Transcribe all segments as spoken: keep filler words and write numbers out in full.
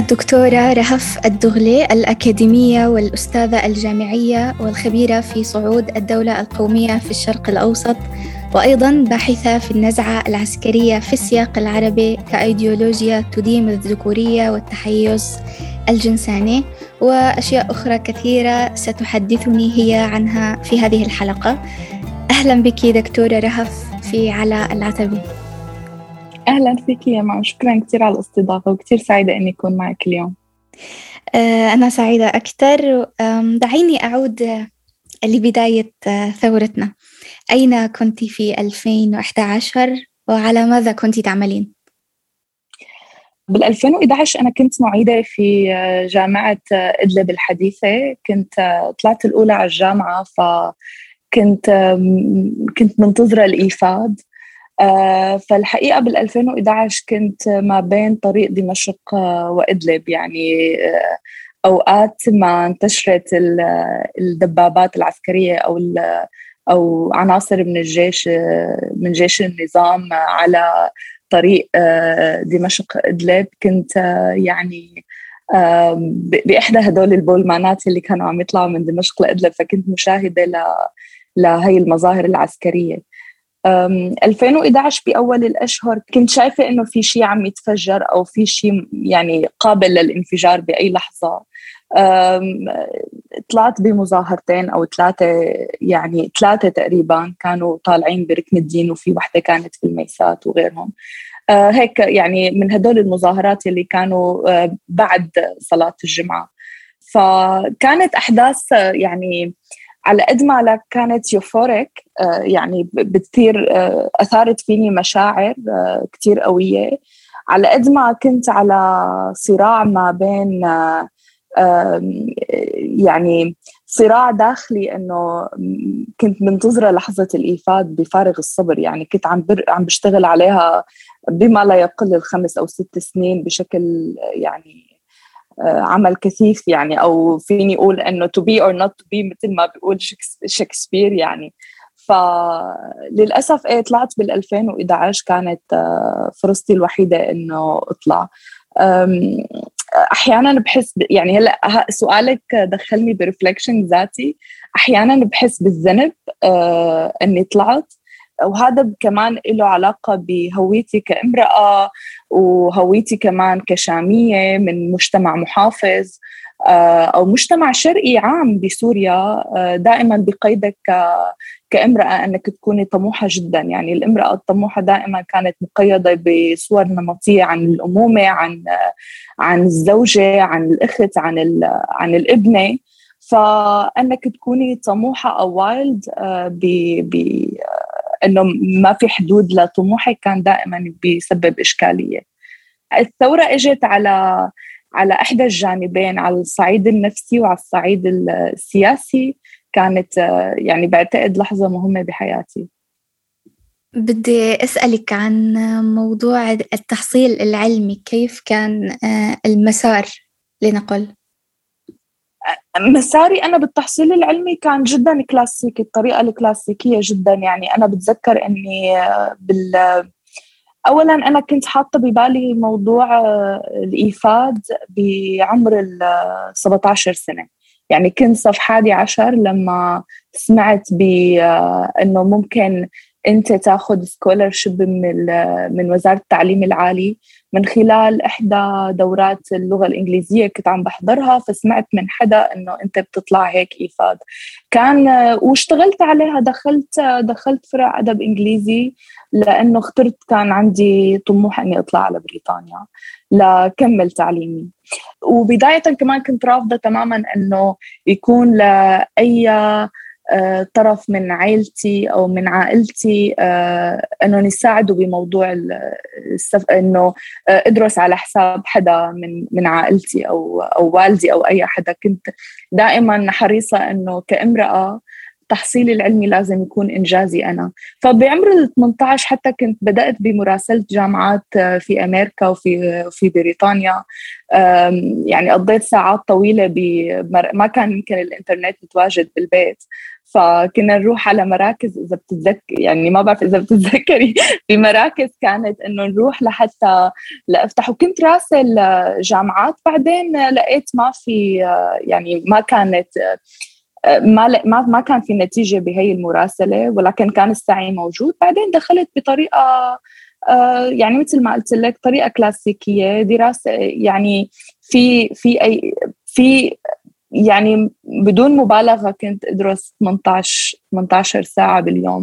الدكتورة رهف الدغلي، الأكاديمية والأستاذة الجامعية والخبيرة في صعود الدولة القومية في الشرق الأوسط، وأيضاً باحثة في النزعة العسكرية في السياق العربي كأيديولوجيا تديم الذكورية والتحيز الجنساني، وأشياء أخرى كثيرة ستحدثني هي عنها في هذه الحلقة. أهلاً بك دكتورة رهف في على العتبة. أهلا فيك يا معو، شكرا كثير على الاستضافة وكثير سعيدة أني أكون معك اليوم. أنا سعيدة أكثر. دعيني أعود لبداية ثورتنا. أين كنت في ألفين وإحدى عشر وعلى ماذا كنت تعملين؟ بال ألفين وإحدى عشر أنا كنت معيدة في جامعة إدلب الحديثة، كنت طلعت الأولى على الجامعة، فكنت كنت منتظرة الإيفاد. آه فالحقيقة بالألفين وإحدى عشر كنت ما بين طريق دمشق آه وإدلب، يعني آه أوقات ما انتشرت الدبابات العسكرية أو أو عناصر من الجيش آه من جيش النظام على طريق آه دمشق إدلب، كنت آه يعني آه بإحدى هدول البولمانات اللي كانوا عم يطلعوا من دمشق لإدلب، فكنت مشاهدة ل لهي المظاهر العسكرية. ألفين وإحدى عشر بأول الأشهر كنت شايفة إنه في شيء عم يتفجر أو في شيء يعني قابل للانفجار بأي لحظة. طلعت بمظاهرتين أو ثلاثة، يعني ثلاثة تقريبا كانوا طالعين بركن الدين، وفي واحدة كانت في الميسات وغيرهم. أه هيك يعني من هدول المظاهرات اللي كانوا أه بعد صلاة الجمعة. فكانت أحداث يعني على قد ما كانت يوفوريك يعني بتثير أثارت فيني مشاعر كتير قوية، على قد ما كنت على صراع ما بين يعني صراع داخلي إنه كنت منتظرة لحظة الإيفاد بفارغ الصبر. يعني كنت عم عم بشتغل عليها بما لا يقل الخمس أو ست سنين بشكل يعني عمل كثيف، يعني أو فيني أقول أنه to be or not to be مثل ما بيقول شكسبير يعني. فللأسف إيه طلعت بالألفين وإحدى عشر، كانت فرصتي الوحيدة أنه أطلع. أحياناً بحس يعني هلأ سؤالك دخلني برفلكشن ذاتي، أحياناً بحس بالذنب أني طلعت، وهذا كمان له علاقة بهويتي كامرأة وهويتي كمان كشامية من مجتمع محافظ أو مجتمع شرقي عام بسوريا. دائما بقيدك كامرأة أنك تكوني طموحة جدا، يعني الامرأة الطموحة دائما كانت مقيدة بصور نمطية عن الأمومة، عن عن الزوجة، عن الأخت، عن عن الابنة. فأنك تكوني طموحة أو وايلد ب ب إنه ما في حدود لطموحك كان دائما بيسبب إشكالية. الثورة إجت على على إحدى الجانبين، على الصعيد النفسي وعلى الصعيد السياسي، كانت يعني بعتقد لحظة مهمة بحياتي. بدي أسألك عن موضوع التحصيل العلمي، كيف كان المسار لنقل؟ مساري أنا بالتحصيل العلمي كان جدا كلاسيكي، الطريقة الكلاسيكية جدا. يعني أنا بتذكر أني بال أولا أنا كنت حاطة ببالي موضوع الإيفاد بعمر ال سبعة عشر سنة، يعني كنت صف حادي عشر لما سمعت بأنه ممكن أنت تأخذ سكولرشيب من من وزارة التعليم العالي من خلال إحدى دورات اللغة الإنجليزية كنت عم بحضرها، فسمعت من حدا إنه أنت بتطلع هيك إيفاد كان، واشتغلت عليها. دخلت دخلت فرع أدب إنجليزي لأنه اخترت، كان عندي طموح إني أطلع على بريطانيا لكمل تعليمي. وبداية كمان كنت رافضة تماماً إنه يكون لأي طرف من عائلتي أو من عائلتي إنه نساعدوا بموضوع السف... إنه أدرس على حساب حدا من من عائلتي أو أو والدي أو أي حدا. كنت دائماً حريصة إنه كامرأة التحصيل العلمي لازم يكون إنجازي أنا. فبعمر ال ثمانية عشر حتى كنت بدأت بمراسلة جامعات في أمريكا وفي في بريطانيا. يعني قضيت ساعات طويلة بمر... ما كان يمكن الإنترنت متواجد بالبيت، فكنا نروح على مراكز، إذا بتتذكر يعني ما بعرف إذا بتتذكري في مراكز كانت إنه نروح لحتى لأفتح. وكنت راسل جامعات، بعدين لقيت ما في يعني ما كانت ما ما ما كان في نتيجة بهي المراسلة، ولكن كان السعي موجود. بعدين دخلت بطريقة يعني مثل ما قلت لك طريقة كلاسيكية، دراسة يعني في في أي في يعني بدون مبالغة كنت أدرس ثمانية عشر ساعة باليوم،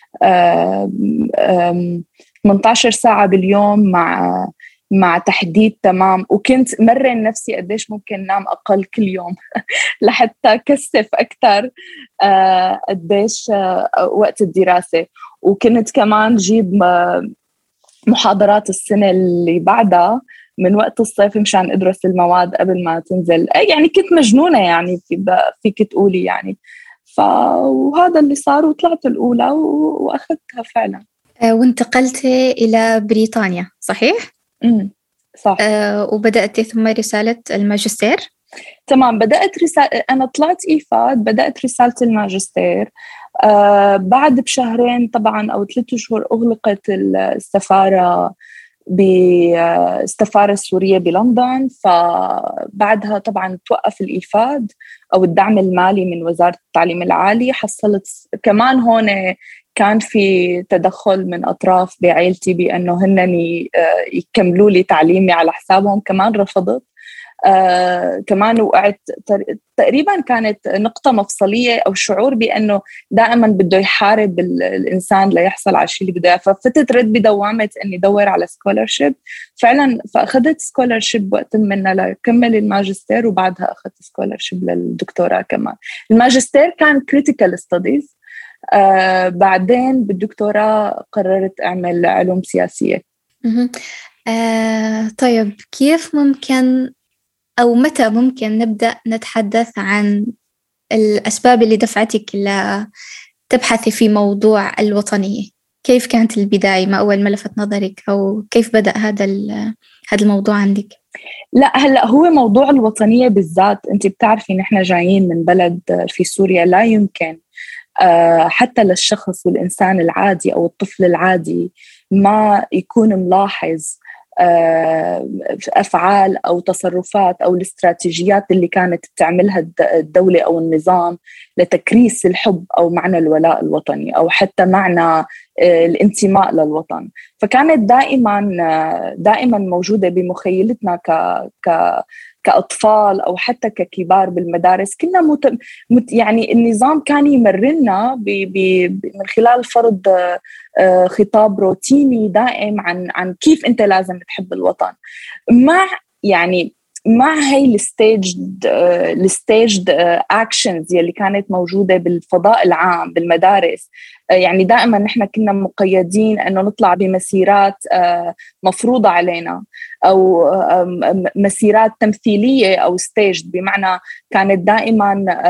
ثمانية عشر ساعة باليوم مع مع تحديد تمام. وكنت مرن نفسي قديش ممكن نام أقل كل يوم لحتى كثف أكثر قديش وقت الدراسة. وكنت كمان جيب محاضرات السنة اللي بعدها من وقت الصيف مشان أدرس المواد قبل ما تنزل. يعني كنت مجنونة يعني فيك تقولي يعني. فهذا اللي صار، وطلعت الأولى وأخذتها فعلا. وانتقلت إلى بريطانيا صحيح؟ امم صح. أه وبدأت ثم رسالة الماجستير. تمام، بدأت رسالة، أنا طلعت إيفاد، بدأت رسالة الماجستير. آه بعد بشهرين طبعا أو ثلاثة شهور أغلقت السفارة بالسفارة السورية بلندن. فبعدها طبعا توقف الإيفاد أو الدعم المالي من وزارة التعليم العالي. حصلت كمان هون كان في تدخل من أطراف بعائلتي بأنه هنني يكملوا لي تعليمي على حسابهم، كمان رفضت. آه كمان وقعت تقريبا كانت نقطة مفصلية أو شعور بأنه دائما بده يحارب الإنسان ليحصل على الشيء اللي بده. ففتت رد بدوامة أني دور على سكولرشيب فعلا. فأخذت سكولرشيب وقت منها لكمل الماجستير، وبعدها أخذت سكولرشيب للدكتوراه كمان. الماجستير كان critical studies. آه بعدين بالدكتوراه قررت أعمل علوم سياسية. آه طيب، كيف ممكن أو متى ممكن نبدأ نتحدث عن الأسباب اللي دفعتك لتبحثي في موضوع الوطنية؟ كيف كانت البداية؟ ما أول ما لفت نظرك أو كيف بدأ هذا هذا الموضوع عندك؟ لا هلأ هو موضوع الوطنية بالذات، أنت بتعرفي نحن جايين من بلد في سوريا لا يمكن حتى للشخص والإنسان العادي أو الطفل العادي ما يكون ملاحظ أفعال أو تصرفات أو الاستراتيجيات اللي كانت تعملها الدولة أو النظام لتكريس الحب أو معنى الولاء الوطني أو حتى معنى الانتماء للوطن. فكانت دائما دائما موجودة بمخيلتنا ك ك كأطفال أو حتى ككبار بالمدارس. كنا مت... مت... يعني النظام كان يمرنا ب... ب... من خلال فرض خطاب روتيني دائم عن عن كيف أنت لازم تحب الوطن، مع يعني مع هاي الستيجد الستيجد اكشنز يلي كانت موجوده بالفضاء العام بالمدارس. يعني دائما نحن كنا مقيدين انه نطلع بمسيرات مفروضه علينا او مسيرات تمثيليه او ستيجد، بمعنى كانت دائما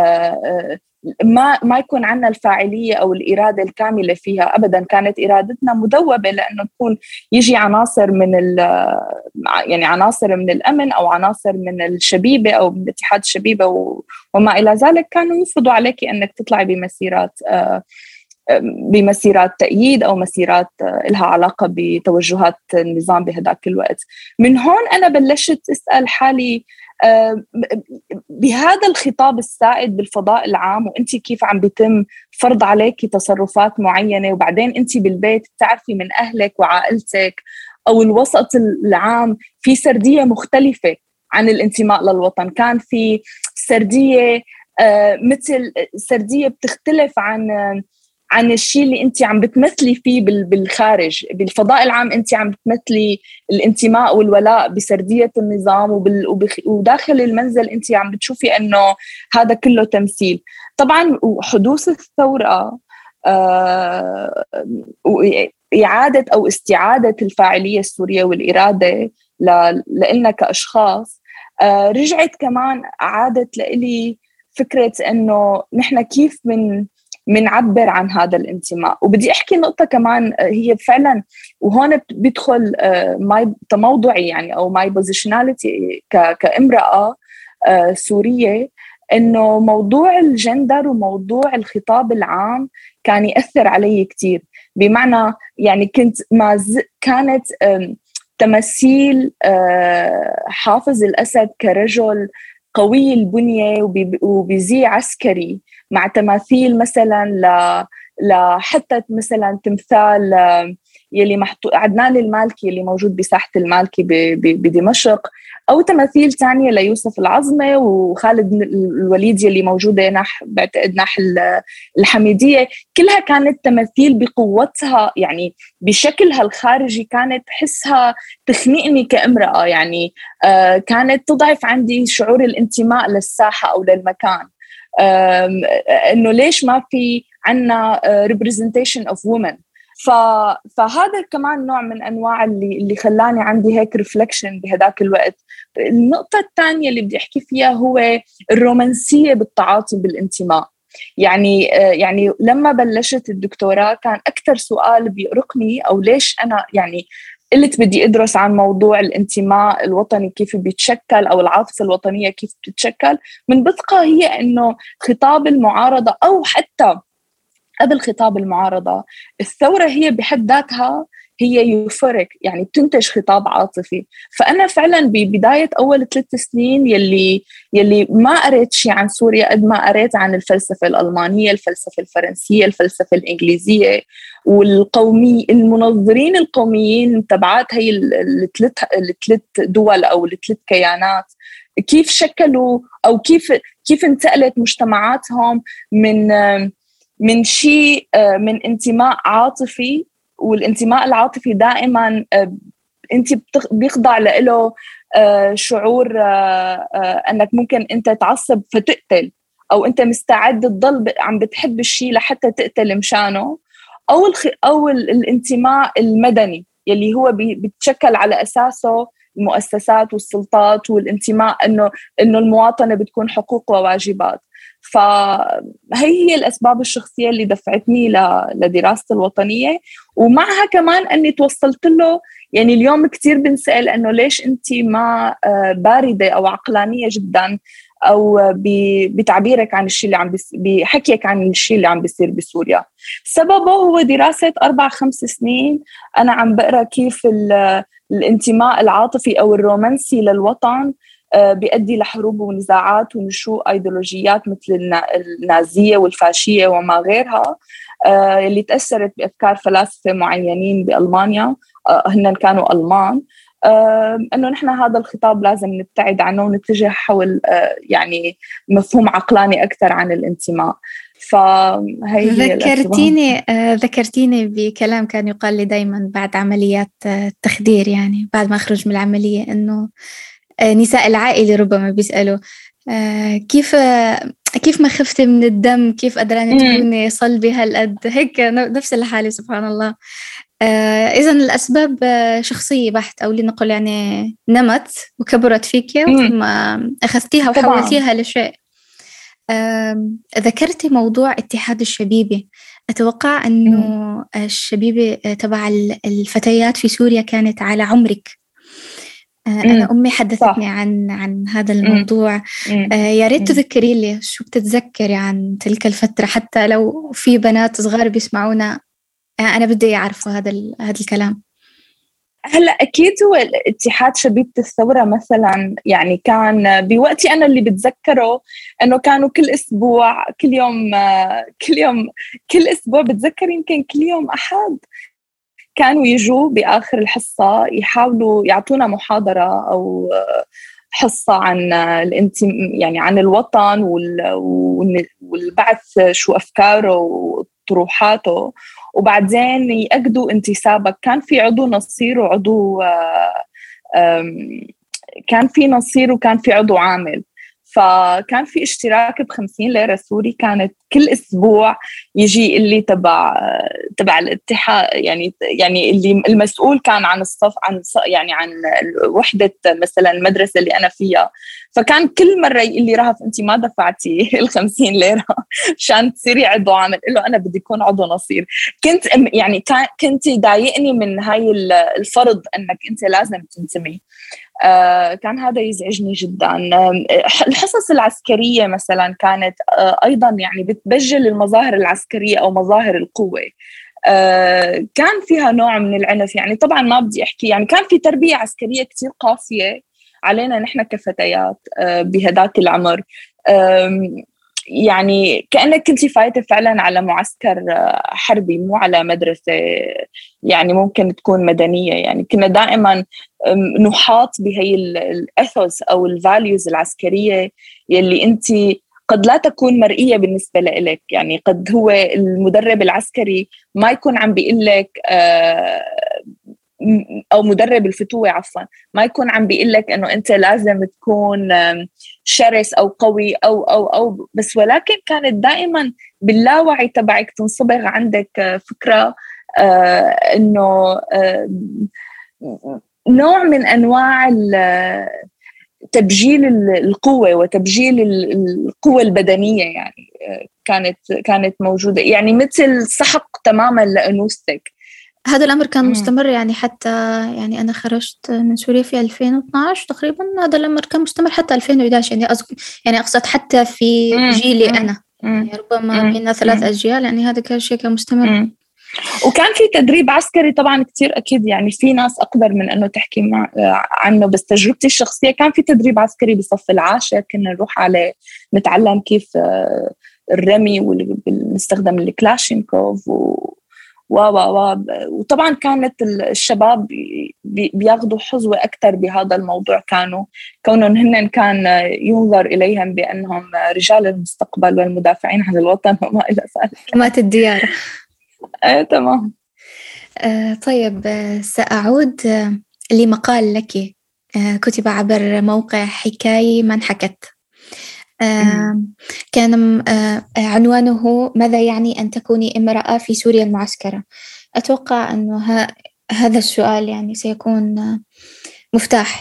ما ما يكون عندنا الفاعليه او الاراده الكامله فيها ابدا. كانت ارادتنا مذوبه لانه تكون يجي عناصر من يعني عناصر من الامن او عناصر من الشبيبه او من اتحاد الشبيبه وما الى ذلك، كانوا يفرضوا عليك انك تطلعي بمسيرات بمسيرات تأييد أو مسيرات لها علاقة بتوجهات النظام بهذاك الوقت. من هون أنا بلشت أسأل حالي بهذا الخطاب السائد بالفضاء العام، وأنت كيف عم بيتم فرض عليك تصرفات معينة، وبعدين أنت بالبيت تعرفي من أهلك وعائلتك أو الوسط العام في سردية مختلفة عن الانتماء للوطن. كان في سردية مثل سردية بتختلف عن عن الشيء اللي انت عم بتمثلي فيه بالخارج. بالفضاء العام انت عم بتمثلي الانتماء والولاء بسردية النظام، وبال... وداخل المنزل انت عم بتشوفي انه هذا كله تمثيل. طبعا حدوث الثورة آه... إعادة أو استعادة الفاعلية السورية والإرادة ل... لإلنا كأشخاص آه... رجعت كمان عادت لإلي فكرة انه نحن كيف من منعبر عن هذا الانتماء. وبدي أحكي نقطة كمان هي فعلا، وهون بيدخل ماي تموضعي يعني أو ماي بوزيشناليتي كامرأة سورية، إنه موضوع الجندر وموضوع الخطاب العام كان يأثر علي كتير. بمعنى يعني كنت ما ز... كانت تمثيل حافظ الأسد كرجل قوي البنية وبزي عسكري مع تماثيل مثلا ل... لحتى مثلا تمثال يلي محطوط عدنان المالكي اللي موجود بساحة المالكي بدمشق، أو تماثيل تانية ليوسف العظمة وخالد الوليد يلي موجودة ناح بعتقد ناح الحميدية. كلها كانت تماثيل بقوتها يعني بشكلها الخارجي كانت حسها تخنقني كامرأة، يعني آه كانت تضعف عندي شعور الانتماء للساحة أو للمكان. إنه ليش ما في عنا representation of women. فهذا كمان نوع من أنواع اللي اللي خلاني عندي هيك ريفلكشن بهداك الوقت. النقطة الثانية اللي بدي أحكي فيها هو الرومانسية بالتعاطي بالانتماء. يعني يعني لما بلشت الدكتوراه كان أكثر سؤال بيقرقني أو ليش أنا يعني قلت بدي أدرس عن موضوع الانتماء الوطني كيف بيتشكل أو العاطفة الوطنية كيف بتتشكل، من بثقة هي إنه خطاب المعارضة أو حتى قبل خطاب المعارضة الثورة هي بحد ذاتها هي يوفوريك، يعني بتنتج خطاب عاطفي. فأنا فعلا ببداية أول ثلاث سنين يلي يلي ما قريت شيء عن سوريا قد ما قريت عن الفلسفة الألمانية، الفلسفة الفرنسية، الفلسفة الإنجليزية، والقومي المنظرين القوميين تبعات هي الثلاث الثلاث دول أو الثلاث كيانات كيف شكلوا أو كيف كيف انتقلت مجتمعاتهم من من شيء من انتماء عاطفي. والانتماء العاطفي دائما انت بيخضع له شعور انك ممكن انت تعصب فتقتل، او انت مستعد تضل عم بتحب الشيء لحتى تقتل مشانه، او الخ... او الانتماء المدني يلي هو بيتشكل على اساسه المؤسسات والسلطات، والانتماء انه انه المواطنه بتكون حقوق وواجبات. فهي هي الأسباب الشخصية اللي دفعتني لدراسة الوطنية، ومعها كمان أني توصلت له. يعني اليوم كتير بنسأل أنه ليش أنت ما باردة أو عقلانية جدا أو بتعبيرك عن الشيء اللي عم بس بحكيك عن الشيء اللي عم بيصير بسوريا. سببه هو دراسة أربع خمس سنين أنا عم بقرأ كيف الانتماء العاطفي أو الرومانسي للوطن بيؤدي لحروب ونزاعات ونشوء أيديولوجيات مثل النازية والفاشية وما غيرها، اللي تأثرت بأفكار فلاسفة معينين بألمانيا، هن كانوا ألمان. أنه نحن هذا الخطاب لازم نبتعد عنه ونتجه حول يعني مفهوم عقلاني أكثر عن الانتماء. فهي ذكرتيني ذكرتيني بكلام كان يقال لي دايما بعد عمليات التخدير، يعني بعد ما أخرج من العملية، إنه نساء العائلة ربما بيسألوا كيف كيف ما خفت من الدم، كيف قدرانة تكوني صلبة هالقد، هيك نفس الحالة سبحان الله. إذن الأسباب شخصية بحت، أو لنقول يعني نمت وكبرت فيك ثم أخذتيها وحولتيها لشيء. ذكرتي موضوع اتحاد الشبيبة. أتوقع أنه الشبيبة تبع الفتيات في سوريا كانت على عمرك. أنا أمي حدثتني عن عن هذا الموضوع. يا ريت تذكري لي شو بتتذكري عن تلك الفترة، حتى لو في بنات صغار بيسمعونا أنا بدي أعرف هذا هذا الكلام. هلا أكيد هو اتحاد شبيبة الثورة مثلا، يعني كان بوقتي أنا اللي بتذكره إنه كانوا كل أسبوع كل يوم كل يوم كل أسبوع بتذكر يمكن كل يوم أحد كانوا يجوا بآخر الحصة يحاولوا يعطونا محاضرة أو حصة عن الانتم يعني عن الوطن والبعث شو أفكاره وطروحاته، وبعدين يأكدوا انتسابك. كان في عضو نصير وعضو كان في نصير وكان في عضو عامل. فكان في اشتراك بخمسين ليرة سوري، كانت كل أسبوع يجي اللي تبع تبع الاتحاد، يعني يعني اللي المسؤول كان عن الصف عن يعني عن وحدة مثلا المدرسة اللي أنا فيها. فكان كل مرة يقول لي رهف أنت ما دفعتي الخمسين ليرة عشان تصيري عضو عامل له أنا بدي أكون عضو نصير. كنت يعني كنت ضايقني من هاي الفرض أنك أنت لازم تنتمي. آه كان هذا يزعجني جدا. الحصص العسكرية مثلا كانت آه أيضا يعني بتبجل المظاهر العسكرية أو مظاهر القوة. آه كان فيها نوع من العنف، يعني طبعا ما بدي أحكي، يعني كان في تربية عسكرية كتير قاسية علينا نحن كفتيات آه بهداك العمر. يعني كأنك كنتي فايتة فعلا على معسكر حربي مو على مدرسة يعني ممكن تكون مدنية. يعني كنا دائما نحاط بهي الأثوس أو الفاليوز العسكرية يلي أنت قد لا تكون مرئية بالنسبة لك. يعني قد هو المدرب العسكري ما يكون عم بيقول لك آه أو مدرب الفتوة عفوا ما يكون عم بيقول لك إنه أنت لازم تكون شرس أو قوي أو أو أو بس، ولكن كانت دائما باللاوعي تبعك تنصبغ عندك فكرة آه إنه آه نوع من أنواع تبجيل القوة وتبجيل القوة البدنية. يعني كانت كانت موجودة، يعني مثل سحق تماما لأنوثتك. هذا الأمر كان مستمر يعني حتى يعني أنا خرجت من سوريا في ألفين واثني عشر تقريبا، هذا الأمر كان مستمر حتى ألفين وإحدى عشر. يعني أقصد يعني أقصد حتى في جيلي أنا، يعني ربما بين ثلاث أجيال، يعني هذا كان شيء كان مستمر. وكان في تدريب عسكري طبعا كتير أكيد، يعني في ناس أقدر من أنه تحكي مع عنه، بس تجربتي الشخصية كان في تدريب عسكري بصف العاشر، كنا نروح على نتعلم كيف الرمي ونستخدم الكلاشينكوف و و و وطبعا كانت الشباب بياخذوا حظوة أكثر بهذا الموضوع، كانوا كونهم هن كان ينظر إليهم بأنهم رجال المستقبل والمدافعين عن الوطن وما إلى ذلك. مات الديار. آه، تمام. آه، طيب آه، سأعود آه، لمقال لك آه، كتب عبر موقع حكاية من حكت. آه، كان آه، عنوانه ماذا يعني أن تكوني امرأة في سوريا المعسكرة؟ أتوقع أنه هذا السؤال يعني سيكون آه، مفتاح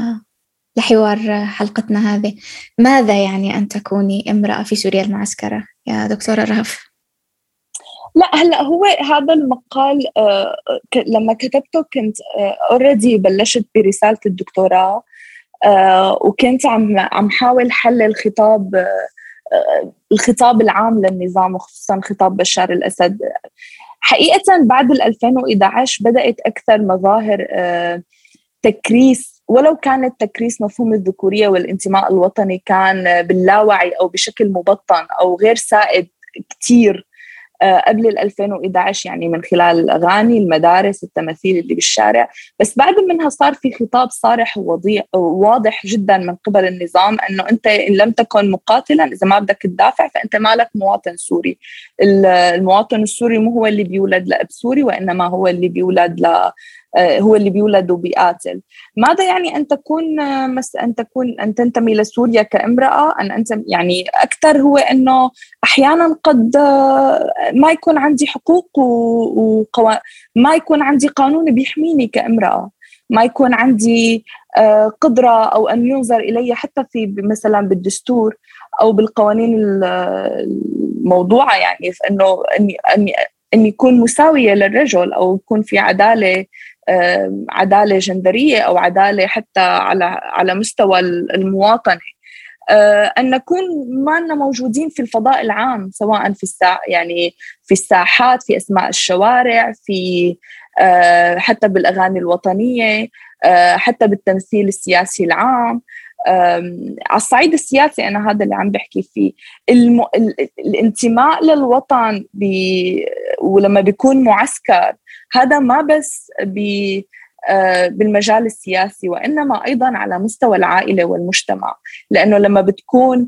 لحوار حلقتنا هذه. ماذا يعني أن تكوني امرأة في سوريا المعسكرة يا دكتورة رهف؟ لا هلا هو هذا المقال آه لما كتبته كنت اوريدي آه بلشت برسالة الدكتوراه، آه وكنت عم عم حاول حل الخطاب آه الخطاب العام للنظام وخصوصا خطاب بشار الأسد. حقيقة بعد ألفين وإحدى عشر بدأت أكثر مظاهر آه تكريس، ولو كان التكريس مفهوم الذكورية والانتماء الوطني كان باللاوعي أو بشكل مبطن أو غير سائد كتير قبل ألفين وإحدى عشر، يعني من خلال الأغاني، المدارس، التماثيل اللي بالشارع. بس بعد منها صار في خطاب صارح ووضيح واضح جدا من قبل النظام أنه أنت إن لم تكن مقاتلا، إذا ما بدك تدافع فأنت مالك مواطن سوري. المواطن السوري مو هو اللي بيولد لأب سوري، وإنما هو اللي بيولد ل هو اللي بيولد وبيقاتل. ماذا يعني أن تكون مس أن تكون أن تنتمي لسوريا كامرأة؟ أن أنت يعني أكثر هو إنه أحيانا قد ما يكون عندي حقوق وقو... ما يكون عندي قانون بيحميني كامرأة، ما يكون عندي قدرة أو أن ينظر إلي حتى في مثلا بالدستور أو بالقوانين الموضوعة، يعني إنه أني أني أن يكون مساوية للرجل أو يكون في عدالة عدالة جندرية أو عدالة حتى على على مستوى المواطنة. أن نكون معنا موجودين في الفضاء العام، سواء في الساعة يعني في الساحات، في أسماء الشوارع، في حتى بالأغاني الوطنية، حتى بالتمثيل السياسي العام. على الصعيد السياسي أنا هذا اللي عم بحكي فيه. الم... الانتماء للوطن ب... ولما بيكون معسكر، هذا ما بس ب... بالمجال السياسي، وإنما أيضا على مستوى العائلة والمجتمع. لأنه لما بتكون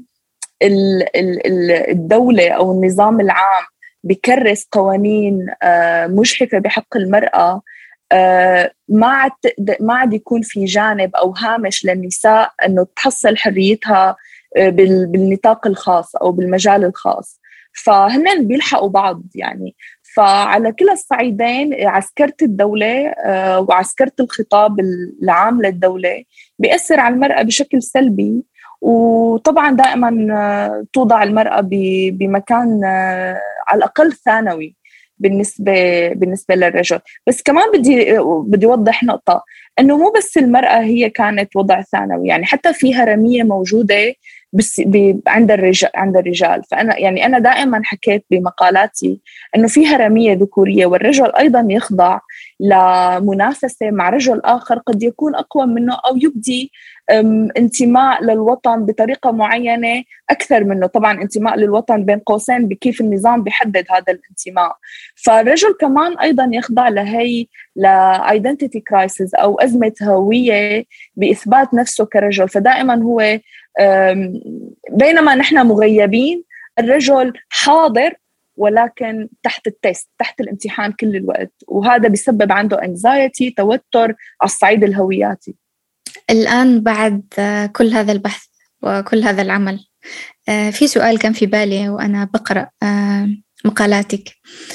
الدولة أو النظام العام بكرس قوانين مجحفة بحق المرأة، ما عاد ما عاد يكون في جانب أو هامش للنساء أنه تحصل حريتها بالنطاق الخاص أو بالمجال الخاص، فهن بيلحقوا بعض يعني. فعلى كلا الصعيدين عسكرة الدولة وعسكرة الخطاب العام للدولة بيأثر على المرأة بشكل سلبي. وطبعا دائما توضع المرأة بمكان على الأقل ثانوي بالنسبة بالنسبة للرجل. بس كمان بدي بدي أوضح نقطة، إنه مو بس المرأة هي كانت وضع ثانوي، يعني حتى في هرمية موجودة بس عند الرجال عند الرجال. فأنا يعني أنا دائما حكيت بمقالاتي إنه في هرمية ذكورية، والرجل أيضا يخضع لمنافسة مع رجل آخر قد يكون أقوى منه أو يبدي انتماء للوطن بطريقة معينة أكثر منه. طبعا انتماء للوطن بين قوسين بكيف النظام بيحدد هذا الانتماء. فالرجل كمان أيضا يخضع لهي ل-identity crisis أو أزمة هوية بإثبات نفسه كرجل. فدائما هو بينما نحن مغيبين، الرجل حاضر ولكن تحت التست، تحت الامتحان كل الوقت، وهذا بيسبب عنده anxiety، توتر على الصعيد الهوياتي. الآن بعد كل هذا البحث وكل هذا العمل، في سؤال كان في بالي وأنا بقرأ مقالاتك.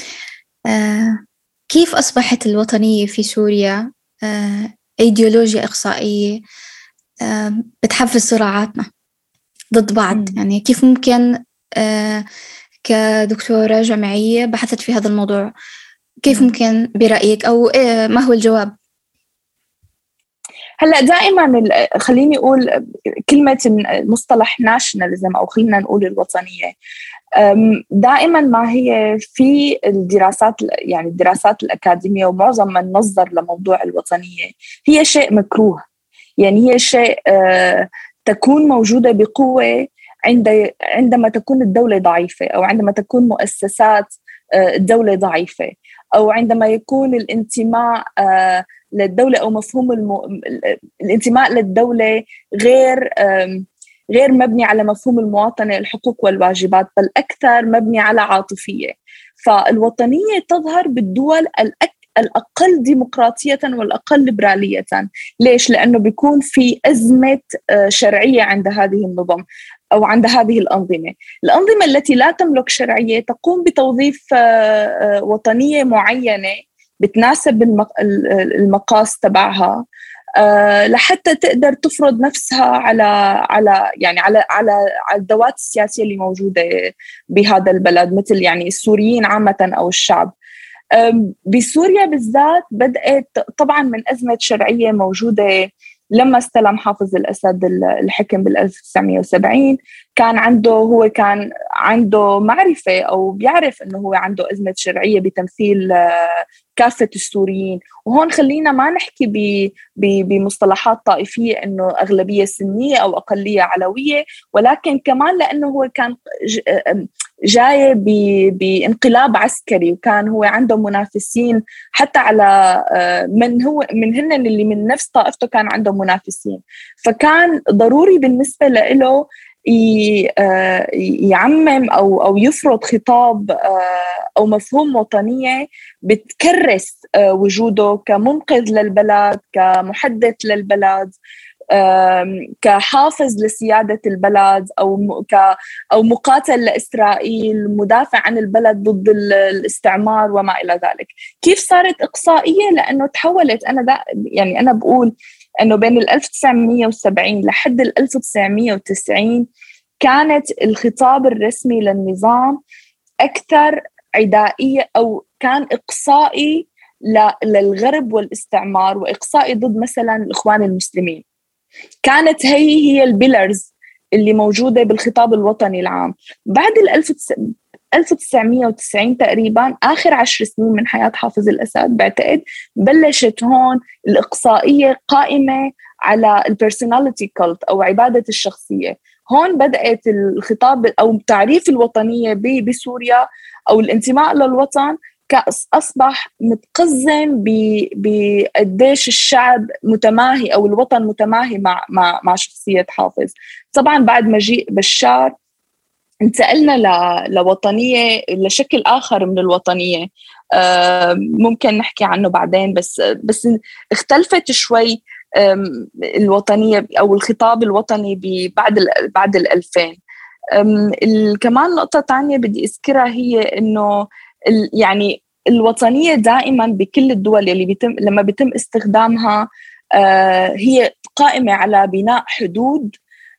كيف أصبحت الوطنية في سوريا إيديولوجيا إقصائية بتحفز صراعاتنا ضد بعض؟ يعني كيف ممكن كدكتورة جامعية بحثت في هذا الموضوع، كيف ممكن برأيك أو ما هو الجواب؟ هلأ دائما خليني أقول كلمة مصطلح ناشناليزم أو خلينا نقول الوطنية، دائما ما هي في الدراسات، يعني الدراسات الأكاديمية ومعظم من نظر لموضوع الوطنية هي شيء مكروه. يعني هي شيء تكون موجودة بقوة عند عندما تكون الدولة ضعيفة، أو عندما تكون مؤسسات الدولة ضعيفة، أو عندما يكون الانتماء للدولة أو مفهوم الم... الانتماء للدولة غير غير مبني على مفهوم المواطنة، الحقوق والواجبات، بل أكثر مبني على عاطفية. فالوطنية تظهر بالدول الأك... الأقل ديمقراطية والأقل ليبرالية. ليش؟ لأنه بيكون في أزمة شرعية عند هذه النظم أو عند هذه الأنظمة. الأنظمة التي لا تملك شرعية تقوم بتوظيف وطنية معينة بتناسب المقاس تبعها لحتى تقدر تفرض نفسها على على يعني على على على الذوات السياسية اللي موجودة بهذا البلد، مثل يعني السوريين عامة أو الشعب. بسوريا بالذات بدأت طبعا من أزمة شرعية موجودة لما استلم حافظ الأسد الحكم بالألف وتسعمية وسبعين. كان عنده هو كان عنده معرفة أو بيعرف أنه هو عنده أزمة شرعية بتمثيل كافة السوريين. وهون خلينا ما نحكي بمصطلحات طائفية أنه أغلبية سنية أو أقلية علوية، ولكن كمان لأنه هو كان جاي بانقلاب عسكري، وكان هو عنده منافسين حتى على من هو من هن اللي من نفس طائفته كان عنده منافسين. فكان ضروري بالنسبة له يعمم أو أو يفرض خطاب أو مفهوم وطنية بتكرس وجوده كمنقذ للبلد، كمحدث للبلد، كحافظ لسيادة البلد، أو أو مقاتل لإسرائيل، مدافع عن البلد ضد الاستعمار وما إلى ذلك. كيف صارت إقصائية؟ لأنه تحولت. أنا دا يعني أنا بقول أنه بين الألف وتسعمية وسبعين لحد الألف وتسعمية وتسعين كانت الخطاب الرسمي للنظام أكثر عدائية، أو كان إقصائي للغرب والاستعمار، وإقصائي ضد مثلا الإخوان المسلمين. كانت هي هي البيلرز اللي موجودة بالخطاب الوطني العام. بعد ألف وتسعمية وتسعين تقريبا، آخر عشر سنين من حياة حافظ الأسد بعتقد، بلشت هون الإقصائية قائمة على البيرسوناليتي كولت أو عبادة الشخصية. هون بدأت الخطاب أو تعريف الوطنية بسوريا أو الانتماء للوطن أصبح متقزم بقديش الشعب متماهي أو الوطن متماهي مع مع مع شخصية حافظ. طبعا بعد مجيء بشار انتقلنا لوطنية لشكل آخر من الوطنية، ممكن نحكي عنه بعدين، بس بس اختلفت شوي الوطنية أو الخطاب الوطني بعد بعد الألفين. كمان نقطة تانية بدي أذكرها هي إنه يعني الوطنية دائما بكل الدول اللي بيتم لما بيتم استخدامها هي قائمة على بناء حدود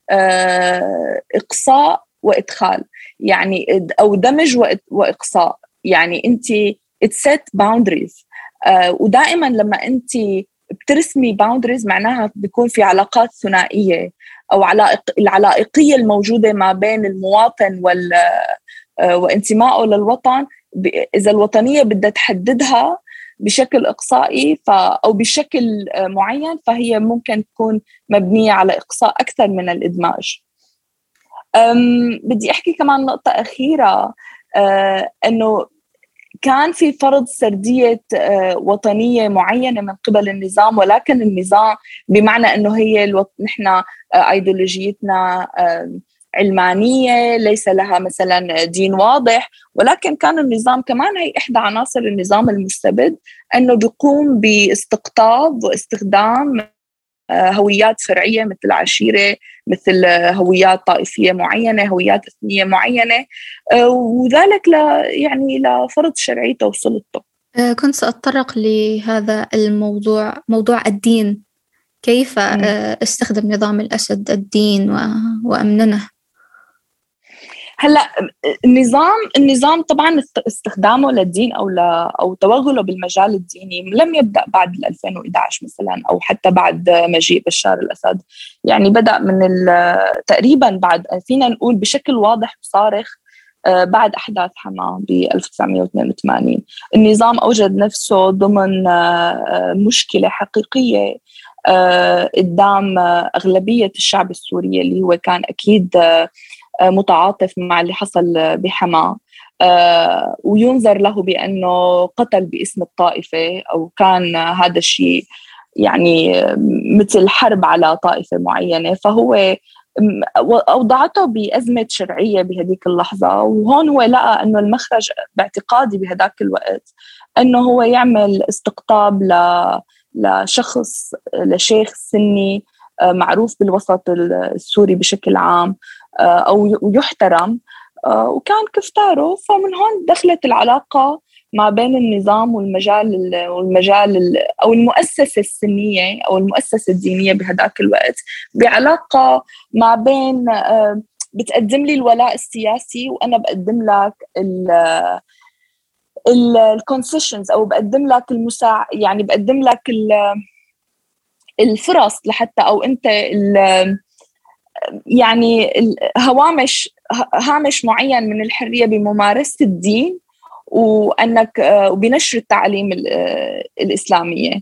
إقصاء وإدخال، يعني أو دمج وإقصاء. يعني أنت it set boundaries، ودائما لما أنت بترسمي boundaries معناها بيكون في علاقات ثنائية أو علائق العلائقية الموجودة ما بين المواطن وال وانتمائه للوطن. إذا الوطنية بدها تحددها بشكل إقصائي ف أو بشكل معين، فهي ممكن تكون مبنية على إقصاء أكثر من الإدماج. بدي أحكي كمان نقطة أخيرة، أنه كان في فرض سردية وطنية معينة من قبل النظام، ولكن النظام بمعنى أنه هي الوط... نحن أيديولوجيتنا علمانية ليس لها مثلا دين واضح، ولكن كان النظام كمان هي إحدى عناصر النظام المستبد أنه بيقوم باستقطاب واستخدام هويات فرعية مثل عشيرة، مثل هويات طائفية معينة، هويات إثنية معينة، وذلك ل يعني لفرض شرعيته وسلطته. كنت سأتطرق لهذا الموضوع، موضوع الدين، كيف م. استخدم نظام الأسد الدين وأمننه؟ هلا النظام النظام طبعا استخدامه للدين او ل او توغله بالمجال الديني لم يبدا بعد ألفين وإحدى عشر مثلا، او حتى بعد مجيء بشار الاسد. يعني بدا من تقريبا بعد، فينا نقول بشكل واضح وصارخ، بعد احداث حما ب ألف وتسعمئة واثنين وثمانين. النظام اوجد نفسه ضمن مشكله حقيقيه قدام اغلبيه الشعب السوري، اللي هو كان اكيد متعاطف مع اللي حصل بحما، آه وينظر له بأنه قتل باسم الطائفة، أو كان هذا الشيء يعني مثل حرب على طائفة معينة. فهو أوضعته بأزمة شرعية بهذيك اللحظة، وهون هو لقى أنه المخرج باعتقادي بهذاك الوقت أنه هو يعمل استقطاب ل لشخص لشيخ سني معروف بالوسط السوري بشكل عام، أو يحترم، وكان كفتاره. فمن هون دخلت العلاقة ما بين النظام والمجال والمجال أو المؤسسة السنية أو المؤسسة الدينية بهذاك الوقت، بعلاقة ما بين بتقدم لي الولاء السياسي وأنا بقدم لك الكونسيشنز، أو بقدم لك المساع يعني بقدم لك الفرص لحتى، أو أنت يعني هوامش هامش معين من الحرية بممارسة الدين، وأنك وبنشر التعاليم الإسلامية.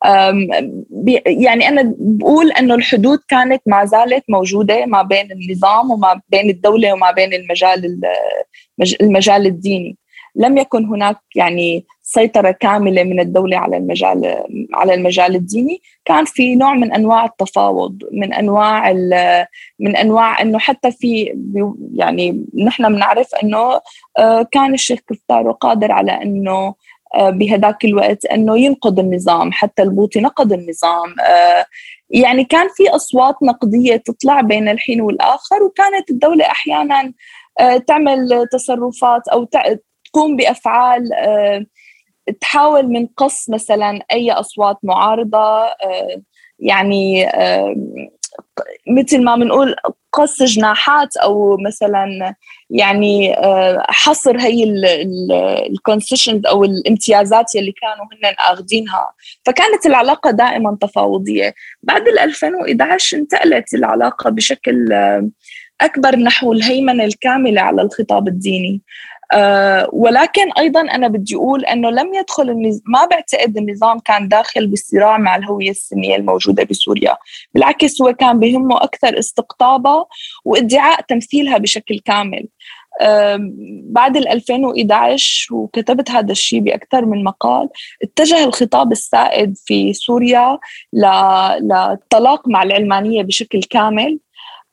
يعني أنا بقول أنه الحدود كانت ما زالت موجودة ما بين النظام وما بين الدولة وما بين المجال المجال الديني. لم يكن هناك يعني سيطرة كاملة من الدولة على المجال على المجال الديني. كان في نوع من أنواع التفاوض، من أنواع من أنواع إنه حتى في يعني نحن بنعرف إنه كان الشيخ كفتاره قادر على إنه بهذاك الوقت إنه ينقض النظام، حتى البوطي نقض النظام. يعني كان في أصوات نقدية تطلع بين الحين والآخر، وكانت الدولة أحياناً تعمل تصرفات أو تقوم بأفعال تحاول من قص مثلا أي أصوات معارضة، يعني مثل ما بنقول قص جناحات، أو مثلا يعني حصر هي الكونسيشنز أو الامتيازات اللي كانوا هن آخذينها. فكانت العلاقة دائما تفاوضية. بعد ألفين وإحدى عشر انتقلت العلاقة بشكل أكبر نحو الهيمنة الكاملة على الخطاب الديني. أه ولكن أيضاً أنا بدي أقول أنه لم يدخل النظام، ما بعتقد النظام كان داخل بالصراع مع الهوية السنية الموجودة بسوريا. بالعكس هو كان بهمه أكثر استقطابها وادعاء تمثيلها بشكل كامل. أه بعد ألفين وإحدى عشر، وكتبت هذا الشيء بأكثر من مقال، اتجه الخطاب السائد في سوريا للطلاق مع العلمانية بشكل كامل.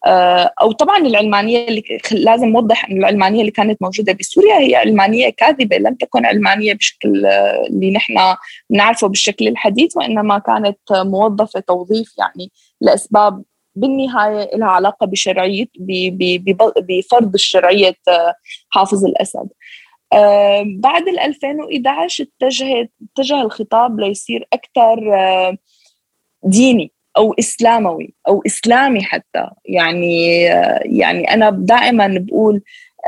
أو طبعا العلمانية اللي لازم نوضح أن العلمانية اللي كانت موجودة بسوريا هي علمانية كاذبة، لم تكن علمانية بشكل اللي نحن نعرفه بالشكل الحديث، وإنما كانت موظفة توظيف يعني لأسباب بالنهاية لها علاقة بشرعية بفرض الشرعية حافظ الأسد. بعد ألفين وإحدى عشر اتجه اتجه الخطاب ليصير أكثر ديني أو إسلاموي أو إسلامي حتى. يعني يعني أنا دائما بقول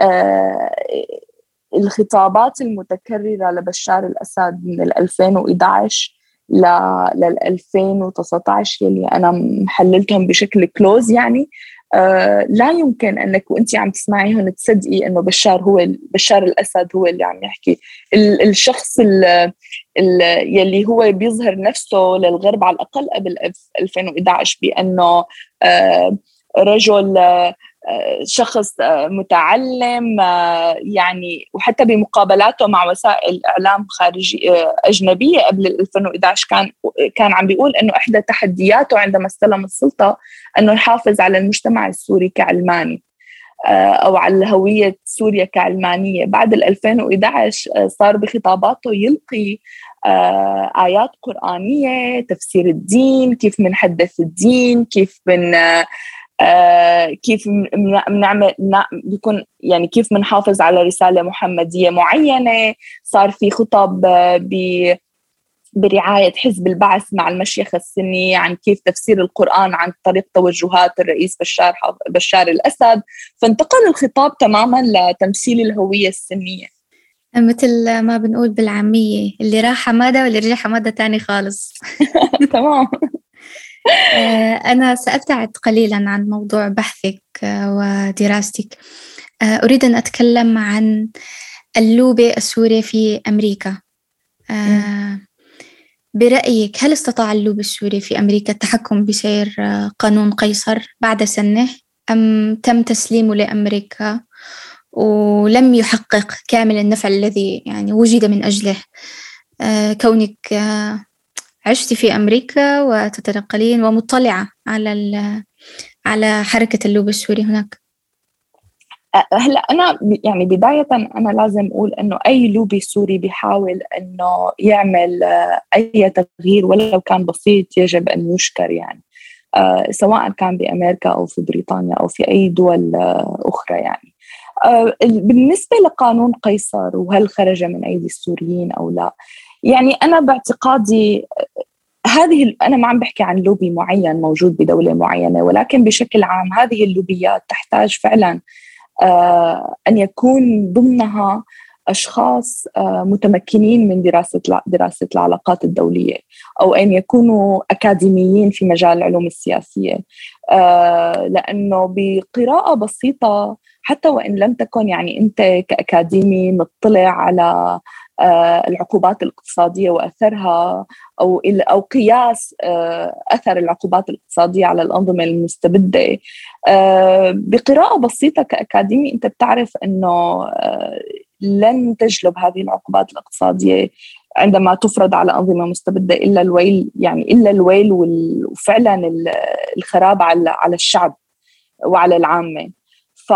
الخطابات المتكررة لبشار الأسد من ألفين وإحدى عشر لل ألفين وتسعة عشر يلي أنا محللتهم بشكل كلوز، يعني آه لا يمكن أنك وأنت عم تسمعيهم تصدقي أنه بشار هو بشار الأسد هو اللي عم يحكي. الشخص ال يلي هو بيظهر نفسه للغرب على الأقل قبل ألفين وإحدى عشر بأنه آه رجل آه شخص متعلم، يعني وحتى بمقابلاته مع وسائل إعلام خارجية أجنبية قبل ألفين وإحدى عشر كان كان عم بيقول إنه إحدى تحدياته عندما استلم السلطة إنه يحافظ على المجتمع السوري كعلماني أو على هوية سوريا كعلمانية. بعد ألفين وإحدى عشر صار بخطاباته يلقي آيات قرآنية، تفسير الدين، كيف منحدث الدين، كيف من آه كيف بنعمل بيكون يعني كيف بنحافظ على رسالة محمدية معينة. صار في خطب ب برعاية حزب البعث مع المشيخة السنية عن كيف تفسير القرآن عن طريق توجهات الرئيس بشار بشار الأسد. فانتقل الخطاب تماما لتمثيل الهوية السنية، مثل ما بنقول بالعامية اللي راح حمادة واللي رجع حمادة تاني خالص. تمام. أنا سأبتعد قليلاً عن موضوع بحثك ودراستك. أريد أن أتكلم عن اللوبي السوري في أمريكا. برأيك هل استطاع اللوبي السوري في أمريكا التحكم بسير قانون قيصر بعد سنة، أم تم تسليمه لأمريكا ولم يحقق كامل النفع الذي يعني وجد من أجله؟ كونك عشت في أمريكا وتتنقلين ومطلعة على على حركة اللوبي السوري هناك. هلا أنا يعني بداية أنا لازم أقول إنه أي لوبي سوري بيحاول إنه يعمل أي تغيير ولو كان بسيط يجب أن يشكر، يعني أه سواء كان بأمريكا أو في بريطانيا أو في أي دول أخرى. يعني أه بالنسبة لقانون قيصر وهل خرج من أيدي السوريين أو لا، يعني أنا باعتقادي هذه، أنا ما عم بحكي عن لوبي معين موجود بدولة معينة، ولكن بشكل عام هذه اللوبيات تحتاج فعلا آه أن يكون ضمنها أشخاص آه متمكنين من دراسة دراسة العلاقات الدولية، أو أن يكونوا أكاديميين في مجال العلوم السياسية، آه لأنه بقراءة بسيطة حتى وإن لم تكن يعني أنت كأكاديمي مطلع على آه العقوبات الاقتصادية وأثرها، أو أو قياس آه أثر العقوبات الاقتصادية على الأنظمة المستبدة، آه بقراءة بسيطة كأكاديمي أنت بتعرف أنه آه لن تجلب هذه العقوبات الاقتصادية عندما تفرض على أنظمة مستبدة إلا الويل، يعني إلا الويل وفعلا الخراب على على الشعب وعلى العامة. ف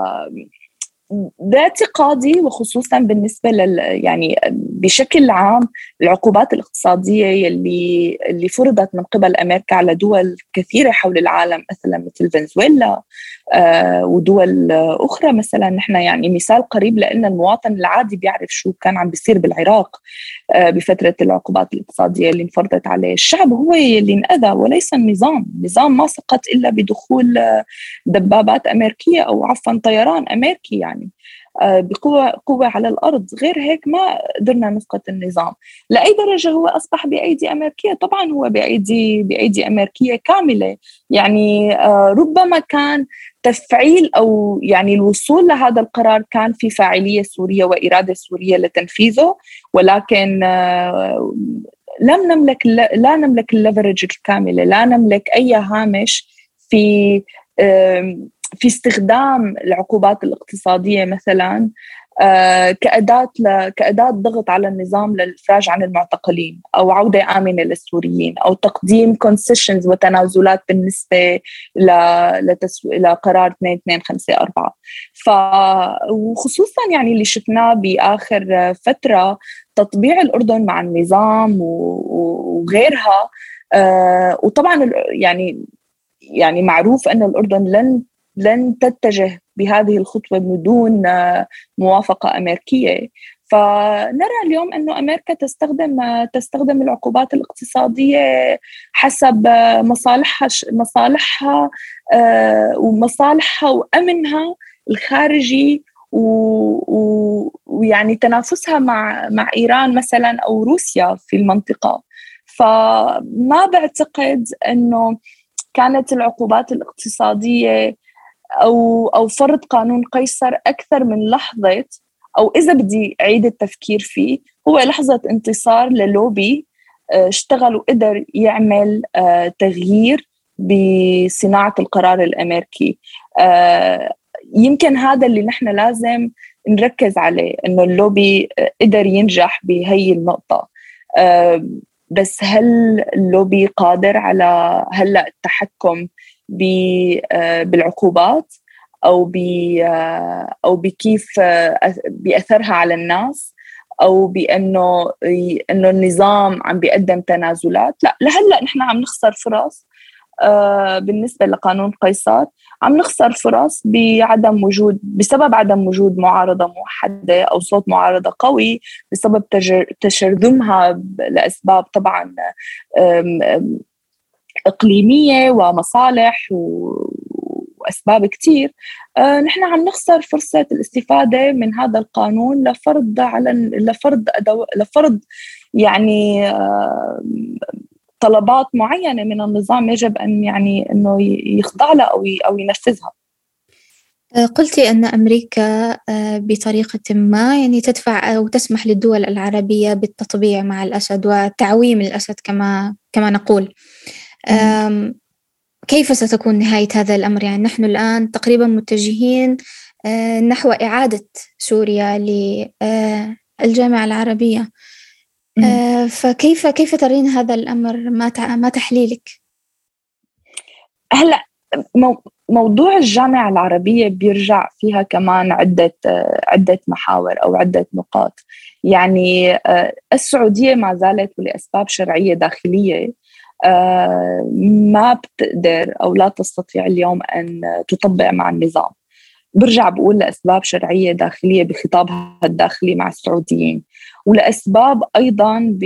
باعتقادي وخصوصا بالنسبة لل يعني بشكل عام العقوبات الاقتصادية اللي اللي فرضت من قبل أمريكا على دول كثيرة حول العالم مثلا مثل فنزويلا آه ودول أخرى، مثلا نحن يعني مثال قريب لأن المواطن العادي بيعرف شو كان عم بيصير بالعراق آه بفترة العقوبات الاقتصادية اللي انفرضت عليه. الشعب هو اللي انأذى وليس النظام. النظام ما سقط إلا بدخول دبابات أمريكية أو عفوا طيران أمريكي يعني بقوة قوة على الأرض، غير هيك ما قدرنا نسقط النظام. لأي درجة هو أصبح بأيدي أمريكية؟ طبعا هو بأيدي بأيدي أمريكية كاملة. يعني ربما كان تفعيل أو يعني الوصول لهذا القرار كان في فاعلية سورية وإرادة سورية لتنفيذه، ولكن لم نملك لا نملك الليفرج الكاملة، لا نملك أي هامش في في استخدام العقوبات الاقتصادية مثلا كأداة كأداة ضغط على النظام للإفراج عن المعتقلين أو عودة آمنة للسوريين أو تقديم concessions وتنازلات بالنسبة لتسو... لقرار اثنين اثنين خمسة أربعة. ف وخصوصا يعني اللي شفناه بآخر فترة تطبيع الأردن مع النظام وغيرها. آه وطبعا يعني يعني معروف أن الأردن لن لن تتجه بهذه الخطوة بدون موافقة أمريكية. فنرى اليوم أنه أمريكا تستخدم تستخدم العقوبات الاقتصادية حسب مصالحها مصالحها ومصالحها وأمنها الخارجي ويعني تنافسها مع مع إيران مثلا أو روسيا في المنطقة. فما بعتقد أنه كانت العقوبات الاقتصادية أو أو فرض قانون قيصر أكثر من لحظة، أو إذا بدي أعيد التفكير فيه، هو لحظة انتصار للوبي اشتغل وقدر يعمل تغيير بصناعة القرار الأمريكي. يمكن هذا اللي نحن لازم نركز عليه، إنه اللوبي قدر ينجح بهي النقطة. بس هل اللوبي قادر على هلأ التحكم بالعقوبات أو أو بكيف بأثرها على الناس، أو بأنه إنه النظام عم بيقدم تنازلات؟ لا، لهلأ نحن عم نخسر فرص. بالنسبة لقانون قيصر عم نخسر فرص بعدم وجود بسبب عدم وجود معارضة موحدة أو صوت معارضة قوي، بسبب تشرذمها لأسباب طبعا إقليمية ومصالح وأسباب كتير. نحن عم نخسر فرصة الاستفادة من هذا القانون لفرض على لفرض أدو... لفرض يعني طلبات معينة من النظام يجب أن يعني أنه يخضع لها أو أو ينفذها. قلتي أن أمريكا بطريقة ما يعني تدفع أو تسمح للدول العربية بالتطبيع مع الأسد وتعويم الأسد كما كما نقول. كيف ستكون نهاية هذا الأمر؟ يعني نحن الآن تقريبا متجهين نحو إعادة سوريا للجامعة العربية. فكيف كيف ترين هذا الأمر؟ ما ما تحليلك؟ هلا موضوع الجامعة العربية بيرجع فيها كمان عدة عدة محاور أو عدة نقاط. يعني السعودية ما زالت ولأسباب شرعية داخلية ما بتقدر أو لا تستطيع اليوم أن تطبع مع النظام. برجع بقول لأسباب شرعية داخلية بخطابها الداخلي مع السعوديين، ولأسباب أيضاً ب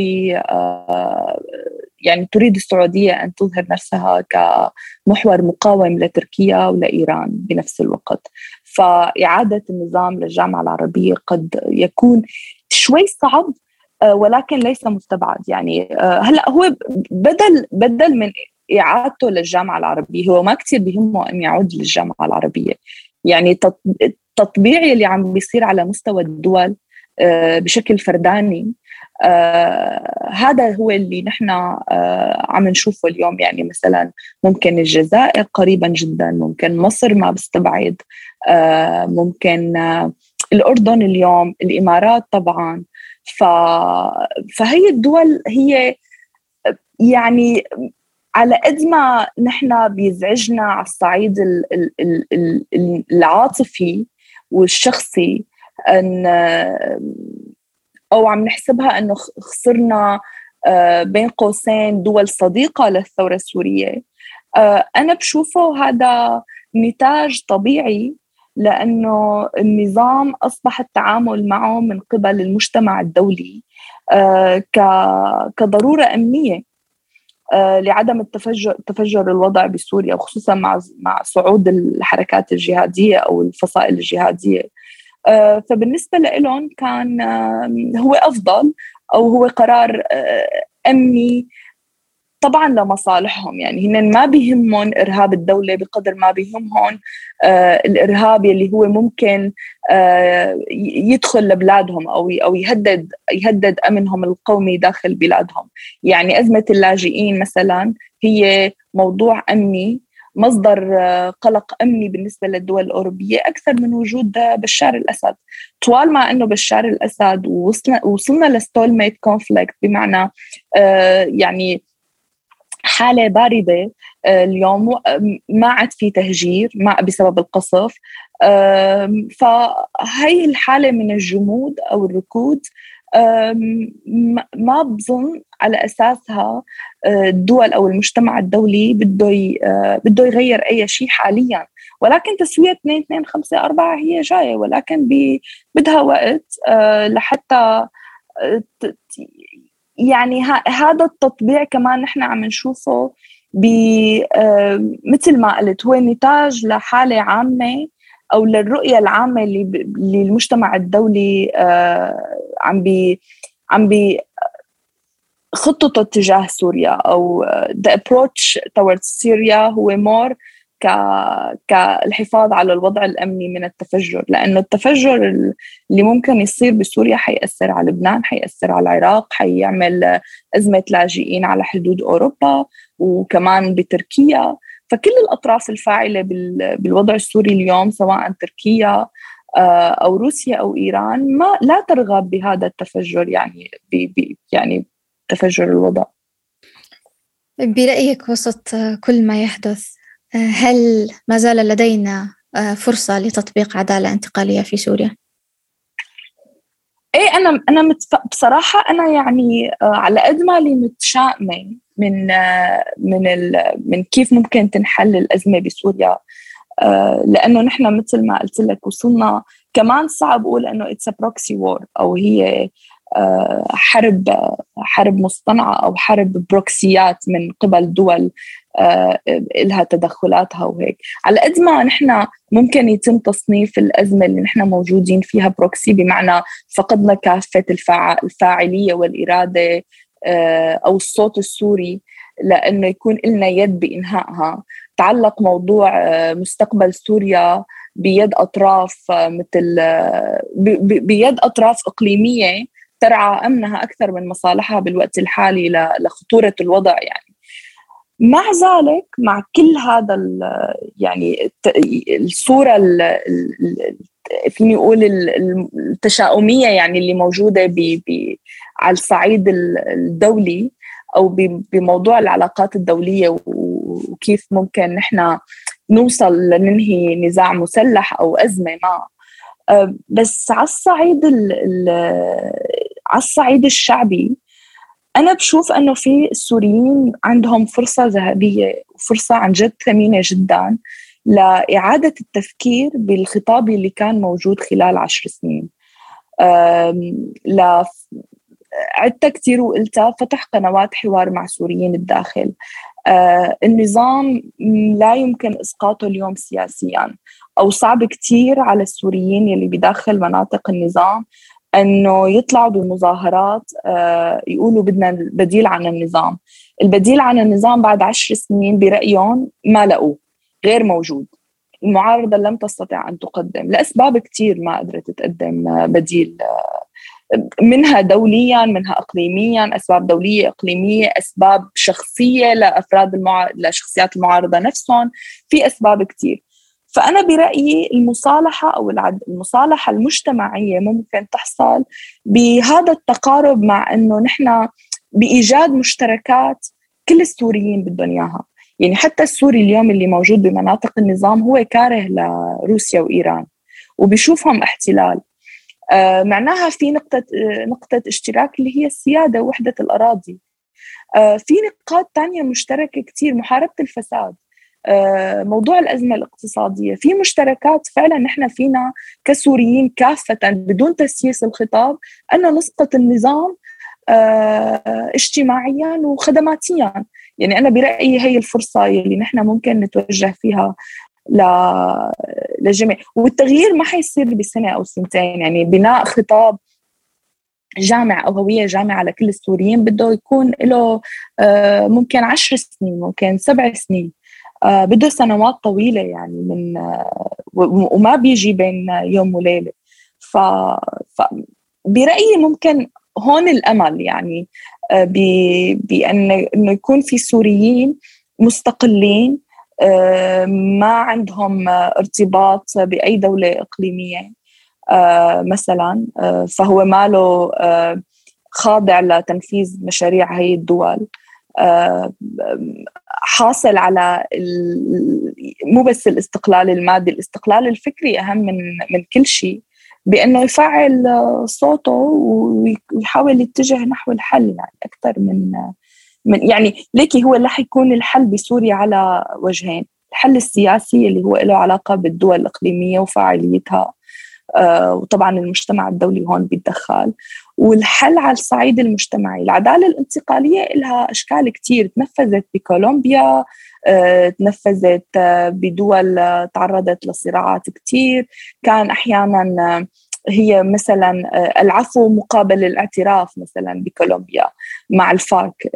يعني تريد السعودية أن تظهر نفسها كمحور مقاوم لتركيا ولإيران بنفس الوقت. فإعادة النظام للجامعة العربية قد يكون شوي صعب، ولكن ليس مستبعد. يعني هلأ هو بدل بدل من إعادته للجامعة العربية، هو ما كتير بيهمه أن يعود للجامعة العربية. يعني التطبيع اللي عم بيصير على مستوى الدول بشكل فرداني، آه هذا هو اللي نحن آه عم نشوفه اليوم. يعني مثلا ممكن الجزائر قريبا جدا، ممكن مصر ما بستبعد، آه ممكن آه الأردن اليوم، الإمارات طبعا. ف... فهي الدول هي يعني على قد ما نحن بيزعجنا على الصعيد العاطفي والشخصي أن أو عم نحسبها أنه خسرنا بين قوسين دول صديقة للثورة السورية، أنا بشوفه هذا نتاج طبيعي، لأنه النظام أصبح التعامل معه من قبل المجتمع الدولي كضرورة أمنية لعدم التفجر تفجر الوضع بسوريا، وخصوصا مع مع صعود الحركات الجهادية أو الفصائل الجهادية. فبالنسبة لهم كان هو أفضل، أو هو قرار أمني طبعا لمصالحهم. يعني هن ما بيهمهم إرهاب الدولة بقدر ما بيهمهم الإرهاب اللي هو ممكن يدخل لبلادهم أو أو يهدد يهدد أمنهم القومي داخل بلادهم. يعني أزمة اللاجئين مثلا هي موضوع أمني، مصدر قلق أمني بالنسبة للدول الأوروبية أكثر من وجود بشار الأسد. طوال ما أنه بشار الأسد ووصلنا وصلنا لستولميت كونفليكت، بمعنى يعني حالة باردة اليوم، ما عاد في تهجير ما بسبب القصف، فهي الحالة من الجمود أو الركود ما بظن على أساسها الدول أو المجتمع الدولي بده بده يغير أي شيء حاليا. ولكن تسوية اثنين اثنين خمسة أربعة هي جاية، ولكن بدها وقت لحتى يعني هذا التطبيع كمان نحن عم نشوفه مثل ما قلت هو نتاج لحالة عامة أو للرؤية العامة اللي اللي المجتمع الدولي عم بي عم بي خطته تجاه سوريا، أو the approach towards سوريا هو more ك كالحفاظ على الوضع الأمني من التفجر، لأنه التفجر اللي ممكن يصير بسوريا حيأثر على لبنان، حيأثر على العراق، حيعمل أزمة لاجئين على حدود أوروبا وكمان بتركيا. فكل الأطراف الفاعلة بالوضع السوري اليوم سواء تركيا أو روسيا أو إيران ما لا ترغب بهذا التفجر، يعني بي يعني تفجر الوضع. برأيك وسط كل ما يحدث هل ما زال لدينا فرصة لتطبيق عدالة انتقالية في سوريا؟ ايه انا انا متف... بصراحه انا يعني على قد ما لي متشائمه من من ال... من كيف ممكن تنحل الازمه بسوريا، لانه نحن مثل ما قلت لك وصلنا كمان صعب اقول انه اتس بروكسي وور او هي حرب حرب مصطنعه او حرب بروكسيات من قبل دول لها تدخلاتها وهيك. على قد ما نحن ممكن يتم تصنيف الأزمة اللي نحن موجودين فيها بروكسي، بمعنى فقدنا كافة الفاع... الفاعلية والإرادة أو الصوت السوري لأنه يكون لنا يد بإنهائها. تعلق موضوع مستقبل سوريا بيد أطراف مثل ب... بيد أطراف إقليمية ترعى أمنها أكثر من مصالحها بالوقت الحالي لخطورة الوضع. يعني مع ذلك مع كل هذا يعني الصورة فيني أقول التشاؤمية يعني اللي موجودة ب على الصعيد الدولي أو بموضوع العلاقات الدولية وكيف ممكن نحن نوصل لننهي نزاع مسلح أو أزمة ما، بس على الصعيد على الصعيد الشعبي أنا بشوف أنه في السوريين عندهم فرصة ذهبية وفرصة عن جد ثمينة جدا لإعادة التفكير بالخطاب اللي كان موجود خلال عشر سنين. لا عدت كتير وقلتها، فتح قنوات حوار مع سوريين الداخل. النظام لا يمكن إسقاطه اليوم سياسيا، أو صعب كتير على السوريين يلي بداخل مناطق النظام أنه يطلعوا بمظاهرات يقولوا بدنا بديل عن النظام. البديل عن النظام بعد عشر سنين برأيهم ما لقوه، غير موجود. المعارضة لم تستطع أن تقدم لأسباب كتير، ما قدرت تقدم بديل، منها دوليا منها إقليميا، أسباب دولية إقليمية، أسباب شخصية لأفراد المع... لشخصيات المعارضة نفسهم، في أسباب كتير. فأنا برأيي المصالحة أو المصالحة المجتمعية ممكن تحصل بهذا التقارب، مع أنه نحن بإيجاد مشتركات كل السوريين بدهم إياها. يعني حتى السوري اليوم اللي موجود بمناطق النظام هو كاره لروسيا وإيران وبيشوفهم احتلال. آه معناها في نقطة آه نقطة اشتراك اللي هي السيادة ووحدة الأراضي. آه في نقاط تانية مشتركة كتير، محاربة الفساد، آه موضوع الأزمة الاقتصادية، في مشتركات فعلا نحن فينا كسوريين كافة بدون تسييس الخطاب أنه نسقط النظام آه اجتماعيا وخدماتيا. يعني أنا برأيي هي الفرصة اللي نحن ممكن نتوجه فيها للجميع. والتغيير ما حيصير بسنة أو سنتين، يعني بناء خطاب جامع أو هوية جامعة لكل السوريين بده يكون له ممكن عشر سنين، ممكن سبع سنين، بده سنوات طويلة يعني من وما بيجي بين يوم وليلة. فبرأيي ممكن هون الأمل، يعني بأن إنه يكون في سوريين مستقلين ما عندهم ارتباط بأي دولة إقليمية مثلا، فهو ماله خاضع لتنفيذ مشاريع هاي الدول، حاصل على مو بس الاستقلال المادي، الاستقلال الفكري أهم من من كل شيء، بأنه يفعل صوته ويحاول يتجه نحو الحل، يعني أكثر من من يعني ليكي هو رح يكون الحل بسوريا على وجهين: الحل السياسي اللي هو له علاقة بالدول الإقليمية وفاعليتها، آه وطبعا المجتمع الدولي هون بيتدخل، والحل على الصعيد المجتمعي. العدالة الانتقالية لها أشكال كتير، تنفذت بكولومبيا، آه تنفذت آه بدول آه تعرضت لصراعات كتير، كان أحيانا آه هي مثلا العفو مقابل الاعتراف مثلا بكولومبيا مع الفارك،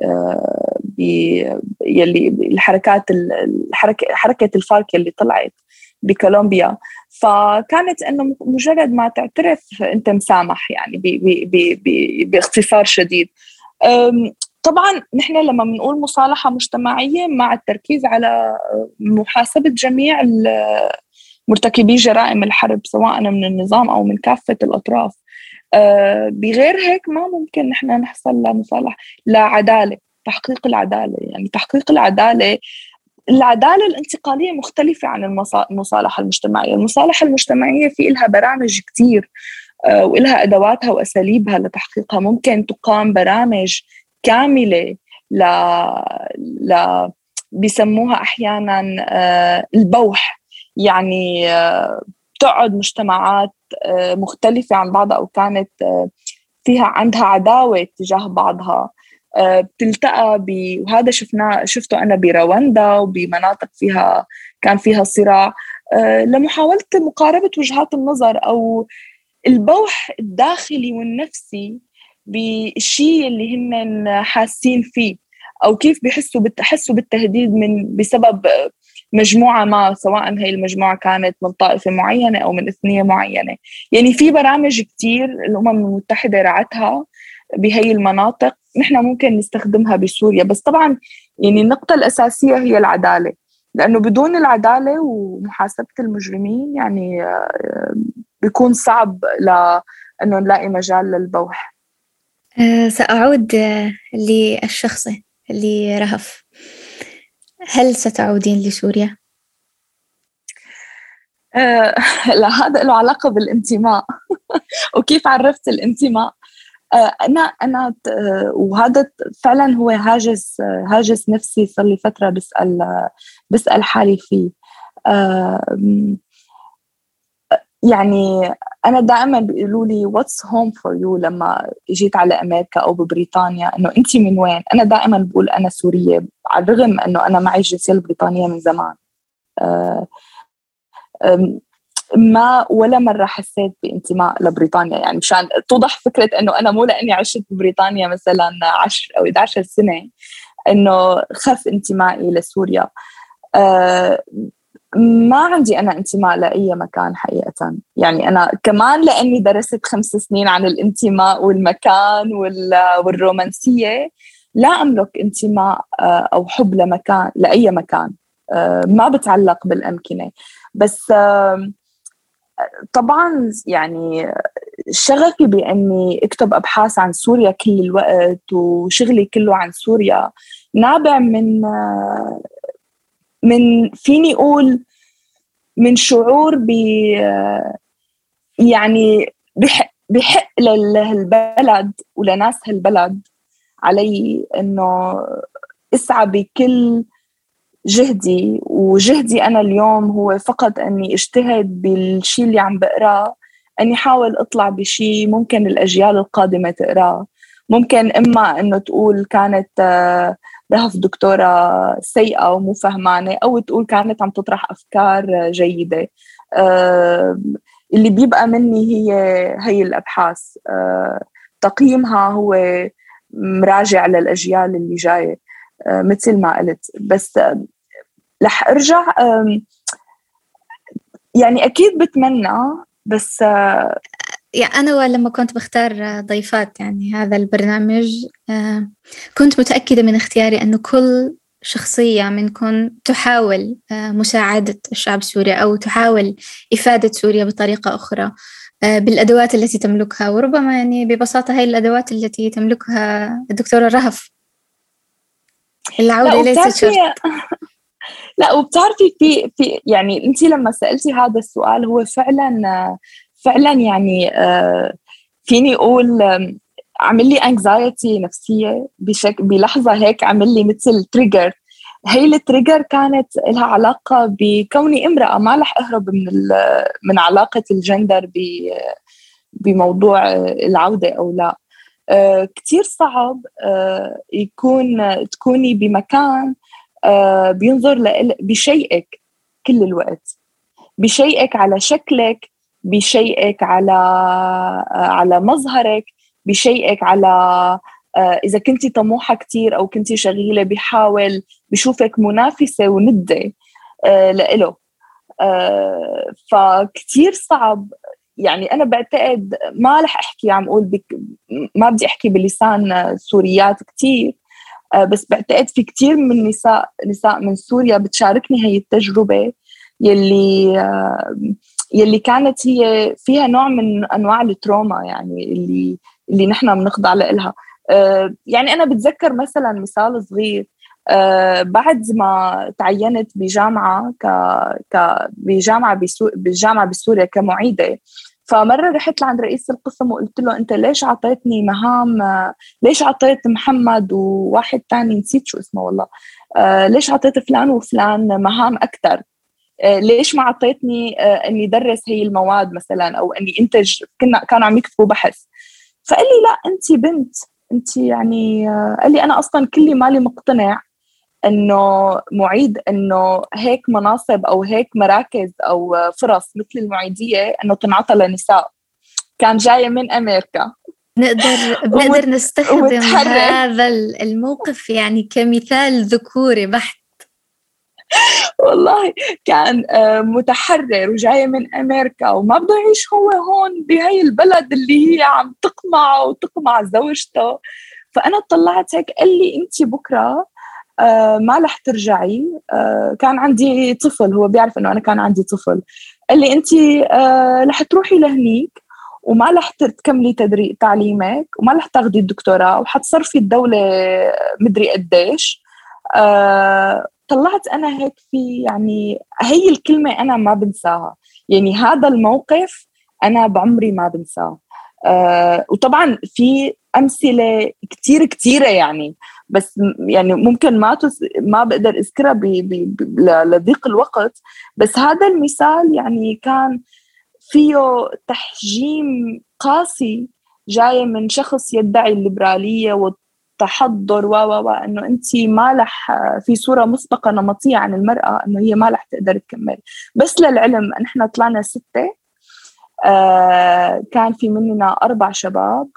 يلي الحركات الحركة حركة الفارك اللي طلعت بكولومبيا، فكانت انه مجرد ما تعترف انت مسامح، يعني باختصار شديد. طبعا نحن لما بنقول مصالحة مجتمعية مع التركيز على محاسبة جميع مرتكبي جرائم الحرب سواء من النظام أو من كافة الأطراف، أه بغير هيك ما ممكن نحن نحصل لمصالحة لعدالة، تحقيق العدالة. يعني تحقيق العدالة العدالة الانتقالية مختلفة عن المصالحة المجتمعية. المصالحة المجتمعية في إلها برامج كتير أه وإلها أدواتها وأساليبها لتحقيقها، ممكن تقام برامج كاملة ل ل بيسموها أحيانا أه البوح، يعني تقعد مجتمعات مختلفة عن بعضها أو كانت فيها عندها عداوة تجاه بعضها، بتلتقى ب... وهذا شفناه شفته أنا برواندا وبمناطق فيها كان فيها صراع، لمحاولة مقاربة وجهات النظر أو البوح الداخلي والنفسي بالشيء اللي هن حاسين فيه، أو كيف بيحسوا بتحسوا بالتهديد من بسبب مجموعة ما، سواء هي المجموعة كانت من طائفة معينة أو من إثنية معينة. يعني في برامج كتير الأمم المتحدة رعتها بهي المناطق، نحن ممكن نستخدمها بسوريا، بس طبعا يعني النقطة الأساسية هي العدالة، لأنه بدون العدالة ومحاسبة المجرمين يعني بيكون صعب لأنه نلاقي مجال للبوح. أه سأعود للشخص اللي رهف، هل ستعودين لسوريا؟ آه لا، هذا له علاقة بالانتماء وكيف عرفت الانتماء. آه أنا أنا وهذا فعلا هو هاجس هاجس نفسي صار لي فترة بسأل بسأل حالي فيه. آه يعني أنا دائما بيقولوا لي what's home for you لما جيت على أمريكا أو ببريطانيا، إنه أنت من وين؟ أنا دائما بقول أنا سورية، على الرغم إنه أنا معي الجنسية البريطانية من زمان. آه ما ولا مرة حسيت بانتماء لبريطانيا، يعني مشان توضح فكرة إنه أنا مو لأني عشت ببريطانيا مثلا عشر أو إحدى عشرة سنة إنه خف انتمائي لسوريا. آه ما عندي أنا انتماء لأي مكان حقيقة، يعني أنا كمان لأني درست خمس سنين عن الانتماء والمكان والرومانسية لا أملك انتماء أو حب لمكان لأي مكان، ما بتعلق بالأمكنة. بس طبعا يعني شغفي بأني أكتب أبحاث عن سوريا كل الوقت وشغلي كله عن سوريا نابع من من فيني أقول من شعور ب يعني بحق, بحق للبلد ولناس هالبلد علي إنه أسعى بكل جهدي، وجهدي أنا اليوم هو فقط أني اجتهد بالشيء اللي عم بقراه، أني حاول أطلع بشيء ممكن الأجيال القادمة تقراه. ممكن إما أنه تقول كانت رهف دكتورة سيئة ومو فهمانة، أو تقول كانت عم تطرح أفكار جيدة. اللي بيبقى مني هي هي الأبحاث، تقييمها هو مراجع للأجيال اللي جاية مثل ما قلت. بس رح أرجع يعني أكيد بتمنى، بس يعني أنا لما كنت بختار ضيفات يعني هذا البرنامج كنت متأكدة من اختياري أنه كل شخصية منكم تحاول مساعدة الشعب السوري أو تحاول إفادة سوريا بطريقة أخرى بالأدوات التي تملكها، وربما يعني ببساطة هاي الأدوات التي تملكها الدكتورة رهف. العودة ليست شرط. لا، وبتعرفي في في يعني انت لما سألتي هذا السؤال هو فعلا فعلا يعني فيني اقول عمل لي انكزايتي نفسية بشكل بلحظة هيك، عمل لي مثل تريجر. هي التريجر كانت لها علاقة بكوني امرأة، ما رح اهرب من من علاقة الجندر بموضوع العودة او لا. كتير صعب يكون تكوني بمكان بينظر بشيئك كل الوقت، بشيئك على شكلك، بشيئك على على مظهرك، بشيئك على إذا كنتي طموحة كتير أو كنتي شغيلة بيحاول بشوفك منافسة وندة لإله. فكتير صعب. يعني أنا بعتقد ما رح أحكي عم أقول بك ما بدي أحكي بلسان سوريات كتير، بس بعتقد في كتير من نساء نساء من سوريا بتشاركني هي التجربة يلي يلي كانت هي فيها نوع من أنواع التروما، يعني اللي اللي نحن بنخضع لها. يعني أنا بتذكر مثلا مثال صغير، بعد ما تعينت بجامعة ك ك بجامعة بسو... بالجامعة بسوريا كمعيدة، فمرة رحت لعند رئيس القسم وقلت له أنت ليش عطيتني مهام، ليش عطيت محمد وواحد تاني نسيت شو اسمه والله، ليش عطيت فلان وفلان مهام أكتر، ليش ما عطيتني أني درس هي المواد مثلا أو أني أنتج. كنا كانوا عم يكتبوا بحث. فقال لي لا أنت بنت، أنت يعني قال لي أنا أصلا كلي مالي مقتنع انه معيد انه هيك مناصب او هيك مراكز او فرص مثل المعيديه انه تنعطى لنساء. كان جايه من امريكا. نقدر بنقدر نستخدم هذا الموقف يعني كمثال ذكوري بحت. والله كان متحرر وجاي من امريكا وما بده يعيش هو هون بهي البلد اللي هي عم تقمع وتقمع زوجته. فانا طلعت هيك قال لي انت بكره آه ما رح ترجعي. آه كان عندي طفل، هو بيعرف انه انا كان عندي طفل. قال لي انت آه رح تروحي لهنيك وما رح تكملي تدريب تعليمك وما رح تاخذي الدكتوراه وحتصرفي الدولة مدري قديش. آه طلعت انا هيك في يعني هي الكلمة انا ما بنساها، يعني هذا الموقف انا بعمري ما بنساه. آه وطبعا في امثلة كتير كتيرة يعني، بس يعني ممكن ما تس... ما بقدر اذكرها ب... ب... ب... لضيق الوقت. بس هذا المثال يعني كان فيه تحجيم قاسي جاي من شخص يدعي الليبرالية والتحضر و و انه انت ما رح في صورة مسبقة نمطية عن المرأة انه هي ما رح تقدر تكمل. بس للعلم نحن طلعنا ستة، آه كان في مننا أربع شباب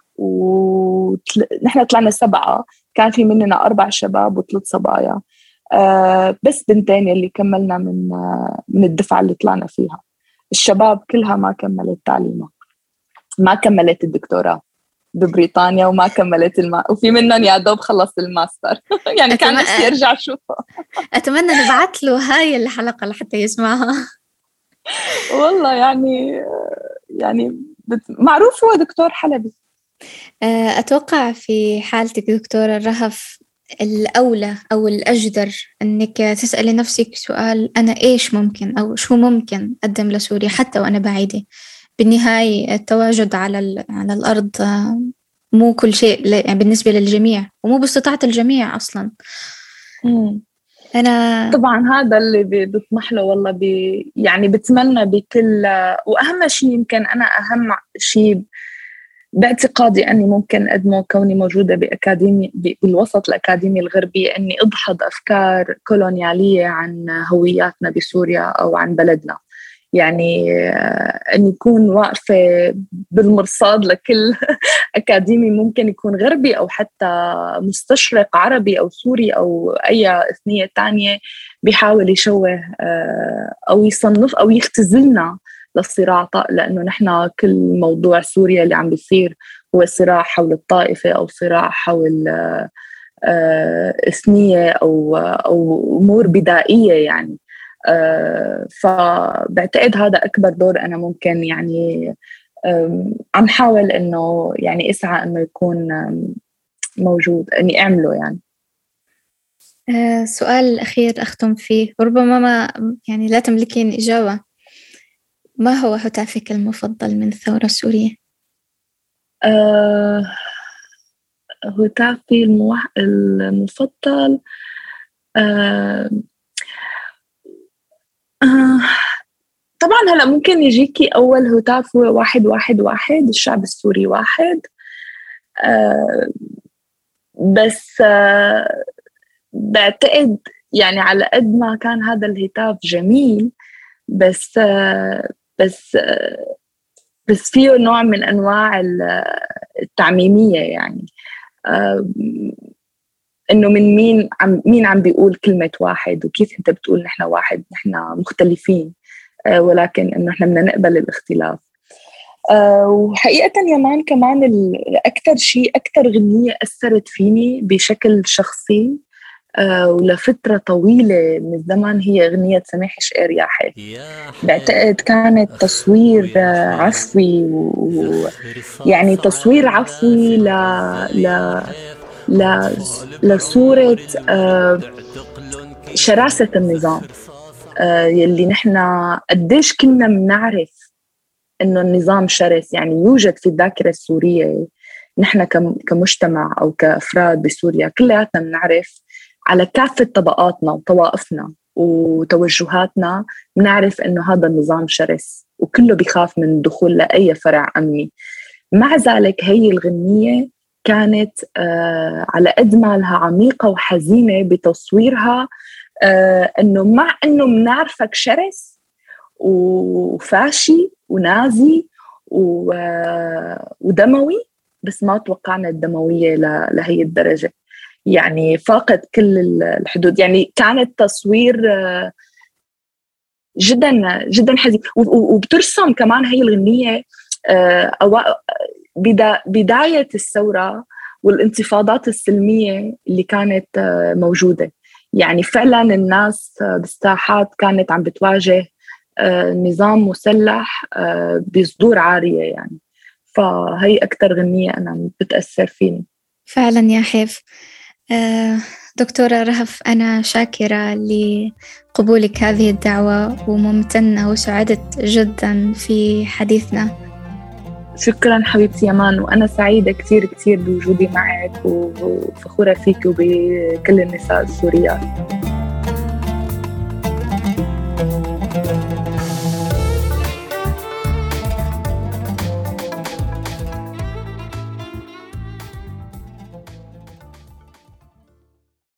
ونحن طلعنا سبعة، كان في مننا أربع شباب وثلاث صبايا. آه بس بنتين اللي كملنا من آه من الدفعة اللي طلعنا فيها. الشباب كلها ما كملت تعليمها، ما كملت الدكتوراه ببريطانيا وما كملت الما وفي منهم يا دوب خلص الماستر. يعني كان نفسي أرجع أشوفه. أتمنى نبعث له هاي الحلقة لحتى يسمعها. والله يعني يعني معروف هو دكتور حلبي. أتوقع في حالتك دكتورة رهف الأولى أو الأجدر أنك تسألي نفسك سؤال أنا إيش ممكن أو شو ممكن أقدم لسوريا حتى وأنا بعيدة. بالنهاية التواجد على على الأرض مو كل شيء بالنسبة للجميع ومو باستطاعة الجميع أصلا. مم. أنا طبعا هذا اللي بطمح له والله بي يعني بتمنى بكل. وأهم شيء يمكن أنا أهم شيء باعتقادي أني ممكن أقدمه كوني موجودة بأكاديمي بالوسط الأكاديمي الغربي أني أدحض أفكار كولونيالية عن هوياتنا بسوريا أو عن بلدنا. يعني أن يكون واقفة بالمرصاد لكل أكاديمي ممكن يكون غربي أو حتى مستشرق عربي أو سوري أو أي إثنية تانية بيحاول يشوه أو يصنف أو يختزلنا للصراع، لأنه نحن كل موضوع سوريا اللي عم بيصير هو صراع حول الطائفة أو صراع حول إثنية أو أو أمور بدائية يعني. فبعتقد هذا أكبر دور أنا ممكن يعني عم حاول إنه يعني أسعى إنه يكون موجود، إني أعمله يعني. السؤال الأخير أختم فيه، وربما ما يعني لا تملكين إجابة، ما هو هتافك المفضل من الثورة السورية؟ أه هتافي الموح... المفضل أه أه طبعا هلأ ممكن يجيكي أول هتاف هو واحد واحد واحد، الشعب السوري واحد. أه بس أه بعتقد يعني على قد ما كان هذا الهتاف جميل، بس أه بس أه بس فيه نوع من أنواع التعميمية يعني. أه إنه من مين عم مين عم بيقول كلمة واحد، وكيف أنت بتقول نحن واحد، نحن مختلفين، أه ولكن إنه نحن بدنا نقبل الاختلاف. أه وحقيقة يمان كمان الأكثر شيء، أكثر غنية أثرت فيني بشكل شخصي أه ولفترة طويلة من الزمن هي أغنية سميح شقير يا حي. بعتقد كانت تصوير عفوي، ويعني تصوير عفوي ل ل ل لصورة أه شراسة النظام، أه يلي نحن قديش كنا منعرف إنه النظام شرس. يعني يوجد في الذاكرة السورية، نحن كمجتمع أو كأفراد بسوريا كلياتنا منعرف على كافة طبقاتنا وطوائفنا وتوجهاتنا، بنعرف إنه هذا النظام شرس وكله بيخاف من الدخول لأي فرع أمني. مع ذلك هي الغنية كانت آه على قد ما لها عميقة وحزينة بتصويرها، آه إنه مع إنه منعرفك شرس وفاشي ونازي ودموي، بس ما توقعنا الدموية لهي الدرجة، يعني فاقت كل الحدود. يعني كانت تصوير جدا جدا حزين. وبترسم كمان هي الغنية بداية الثورة والانتفاضات السلمية اللي كانت موجودة. يعني فعلا الناس بالساحات كانت عم بتواجه نظام مسلح بصدور عارية يعني. فهي أكتر غنية أنا بتأثر فيني فعلا يا حيف. دكتورة رهف، أنا شاكرة لقبولك هذه الدعوة وممتنة وسعدت جدا في حديثنا. شكرا حبيبتي يمان، وأنا سعيدة كتير كتير بوجودي معك وفخورة فيك وبكل النساء السوريات.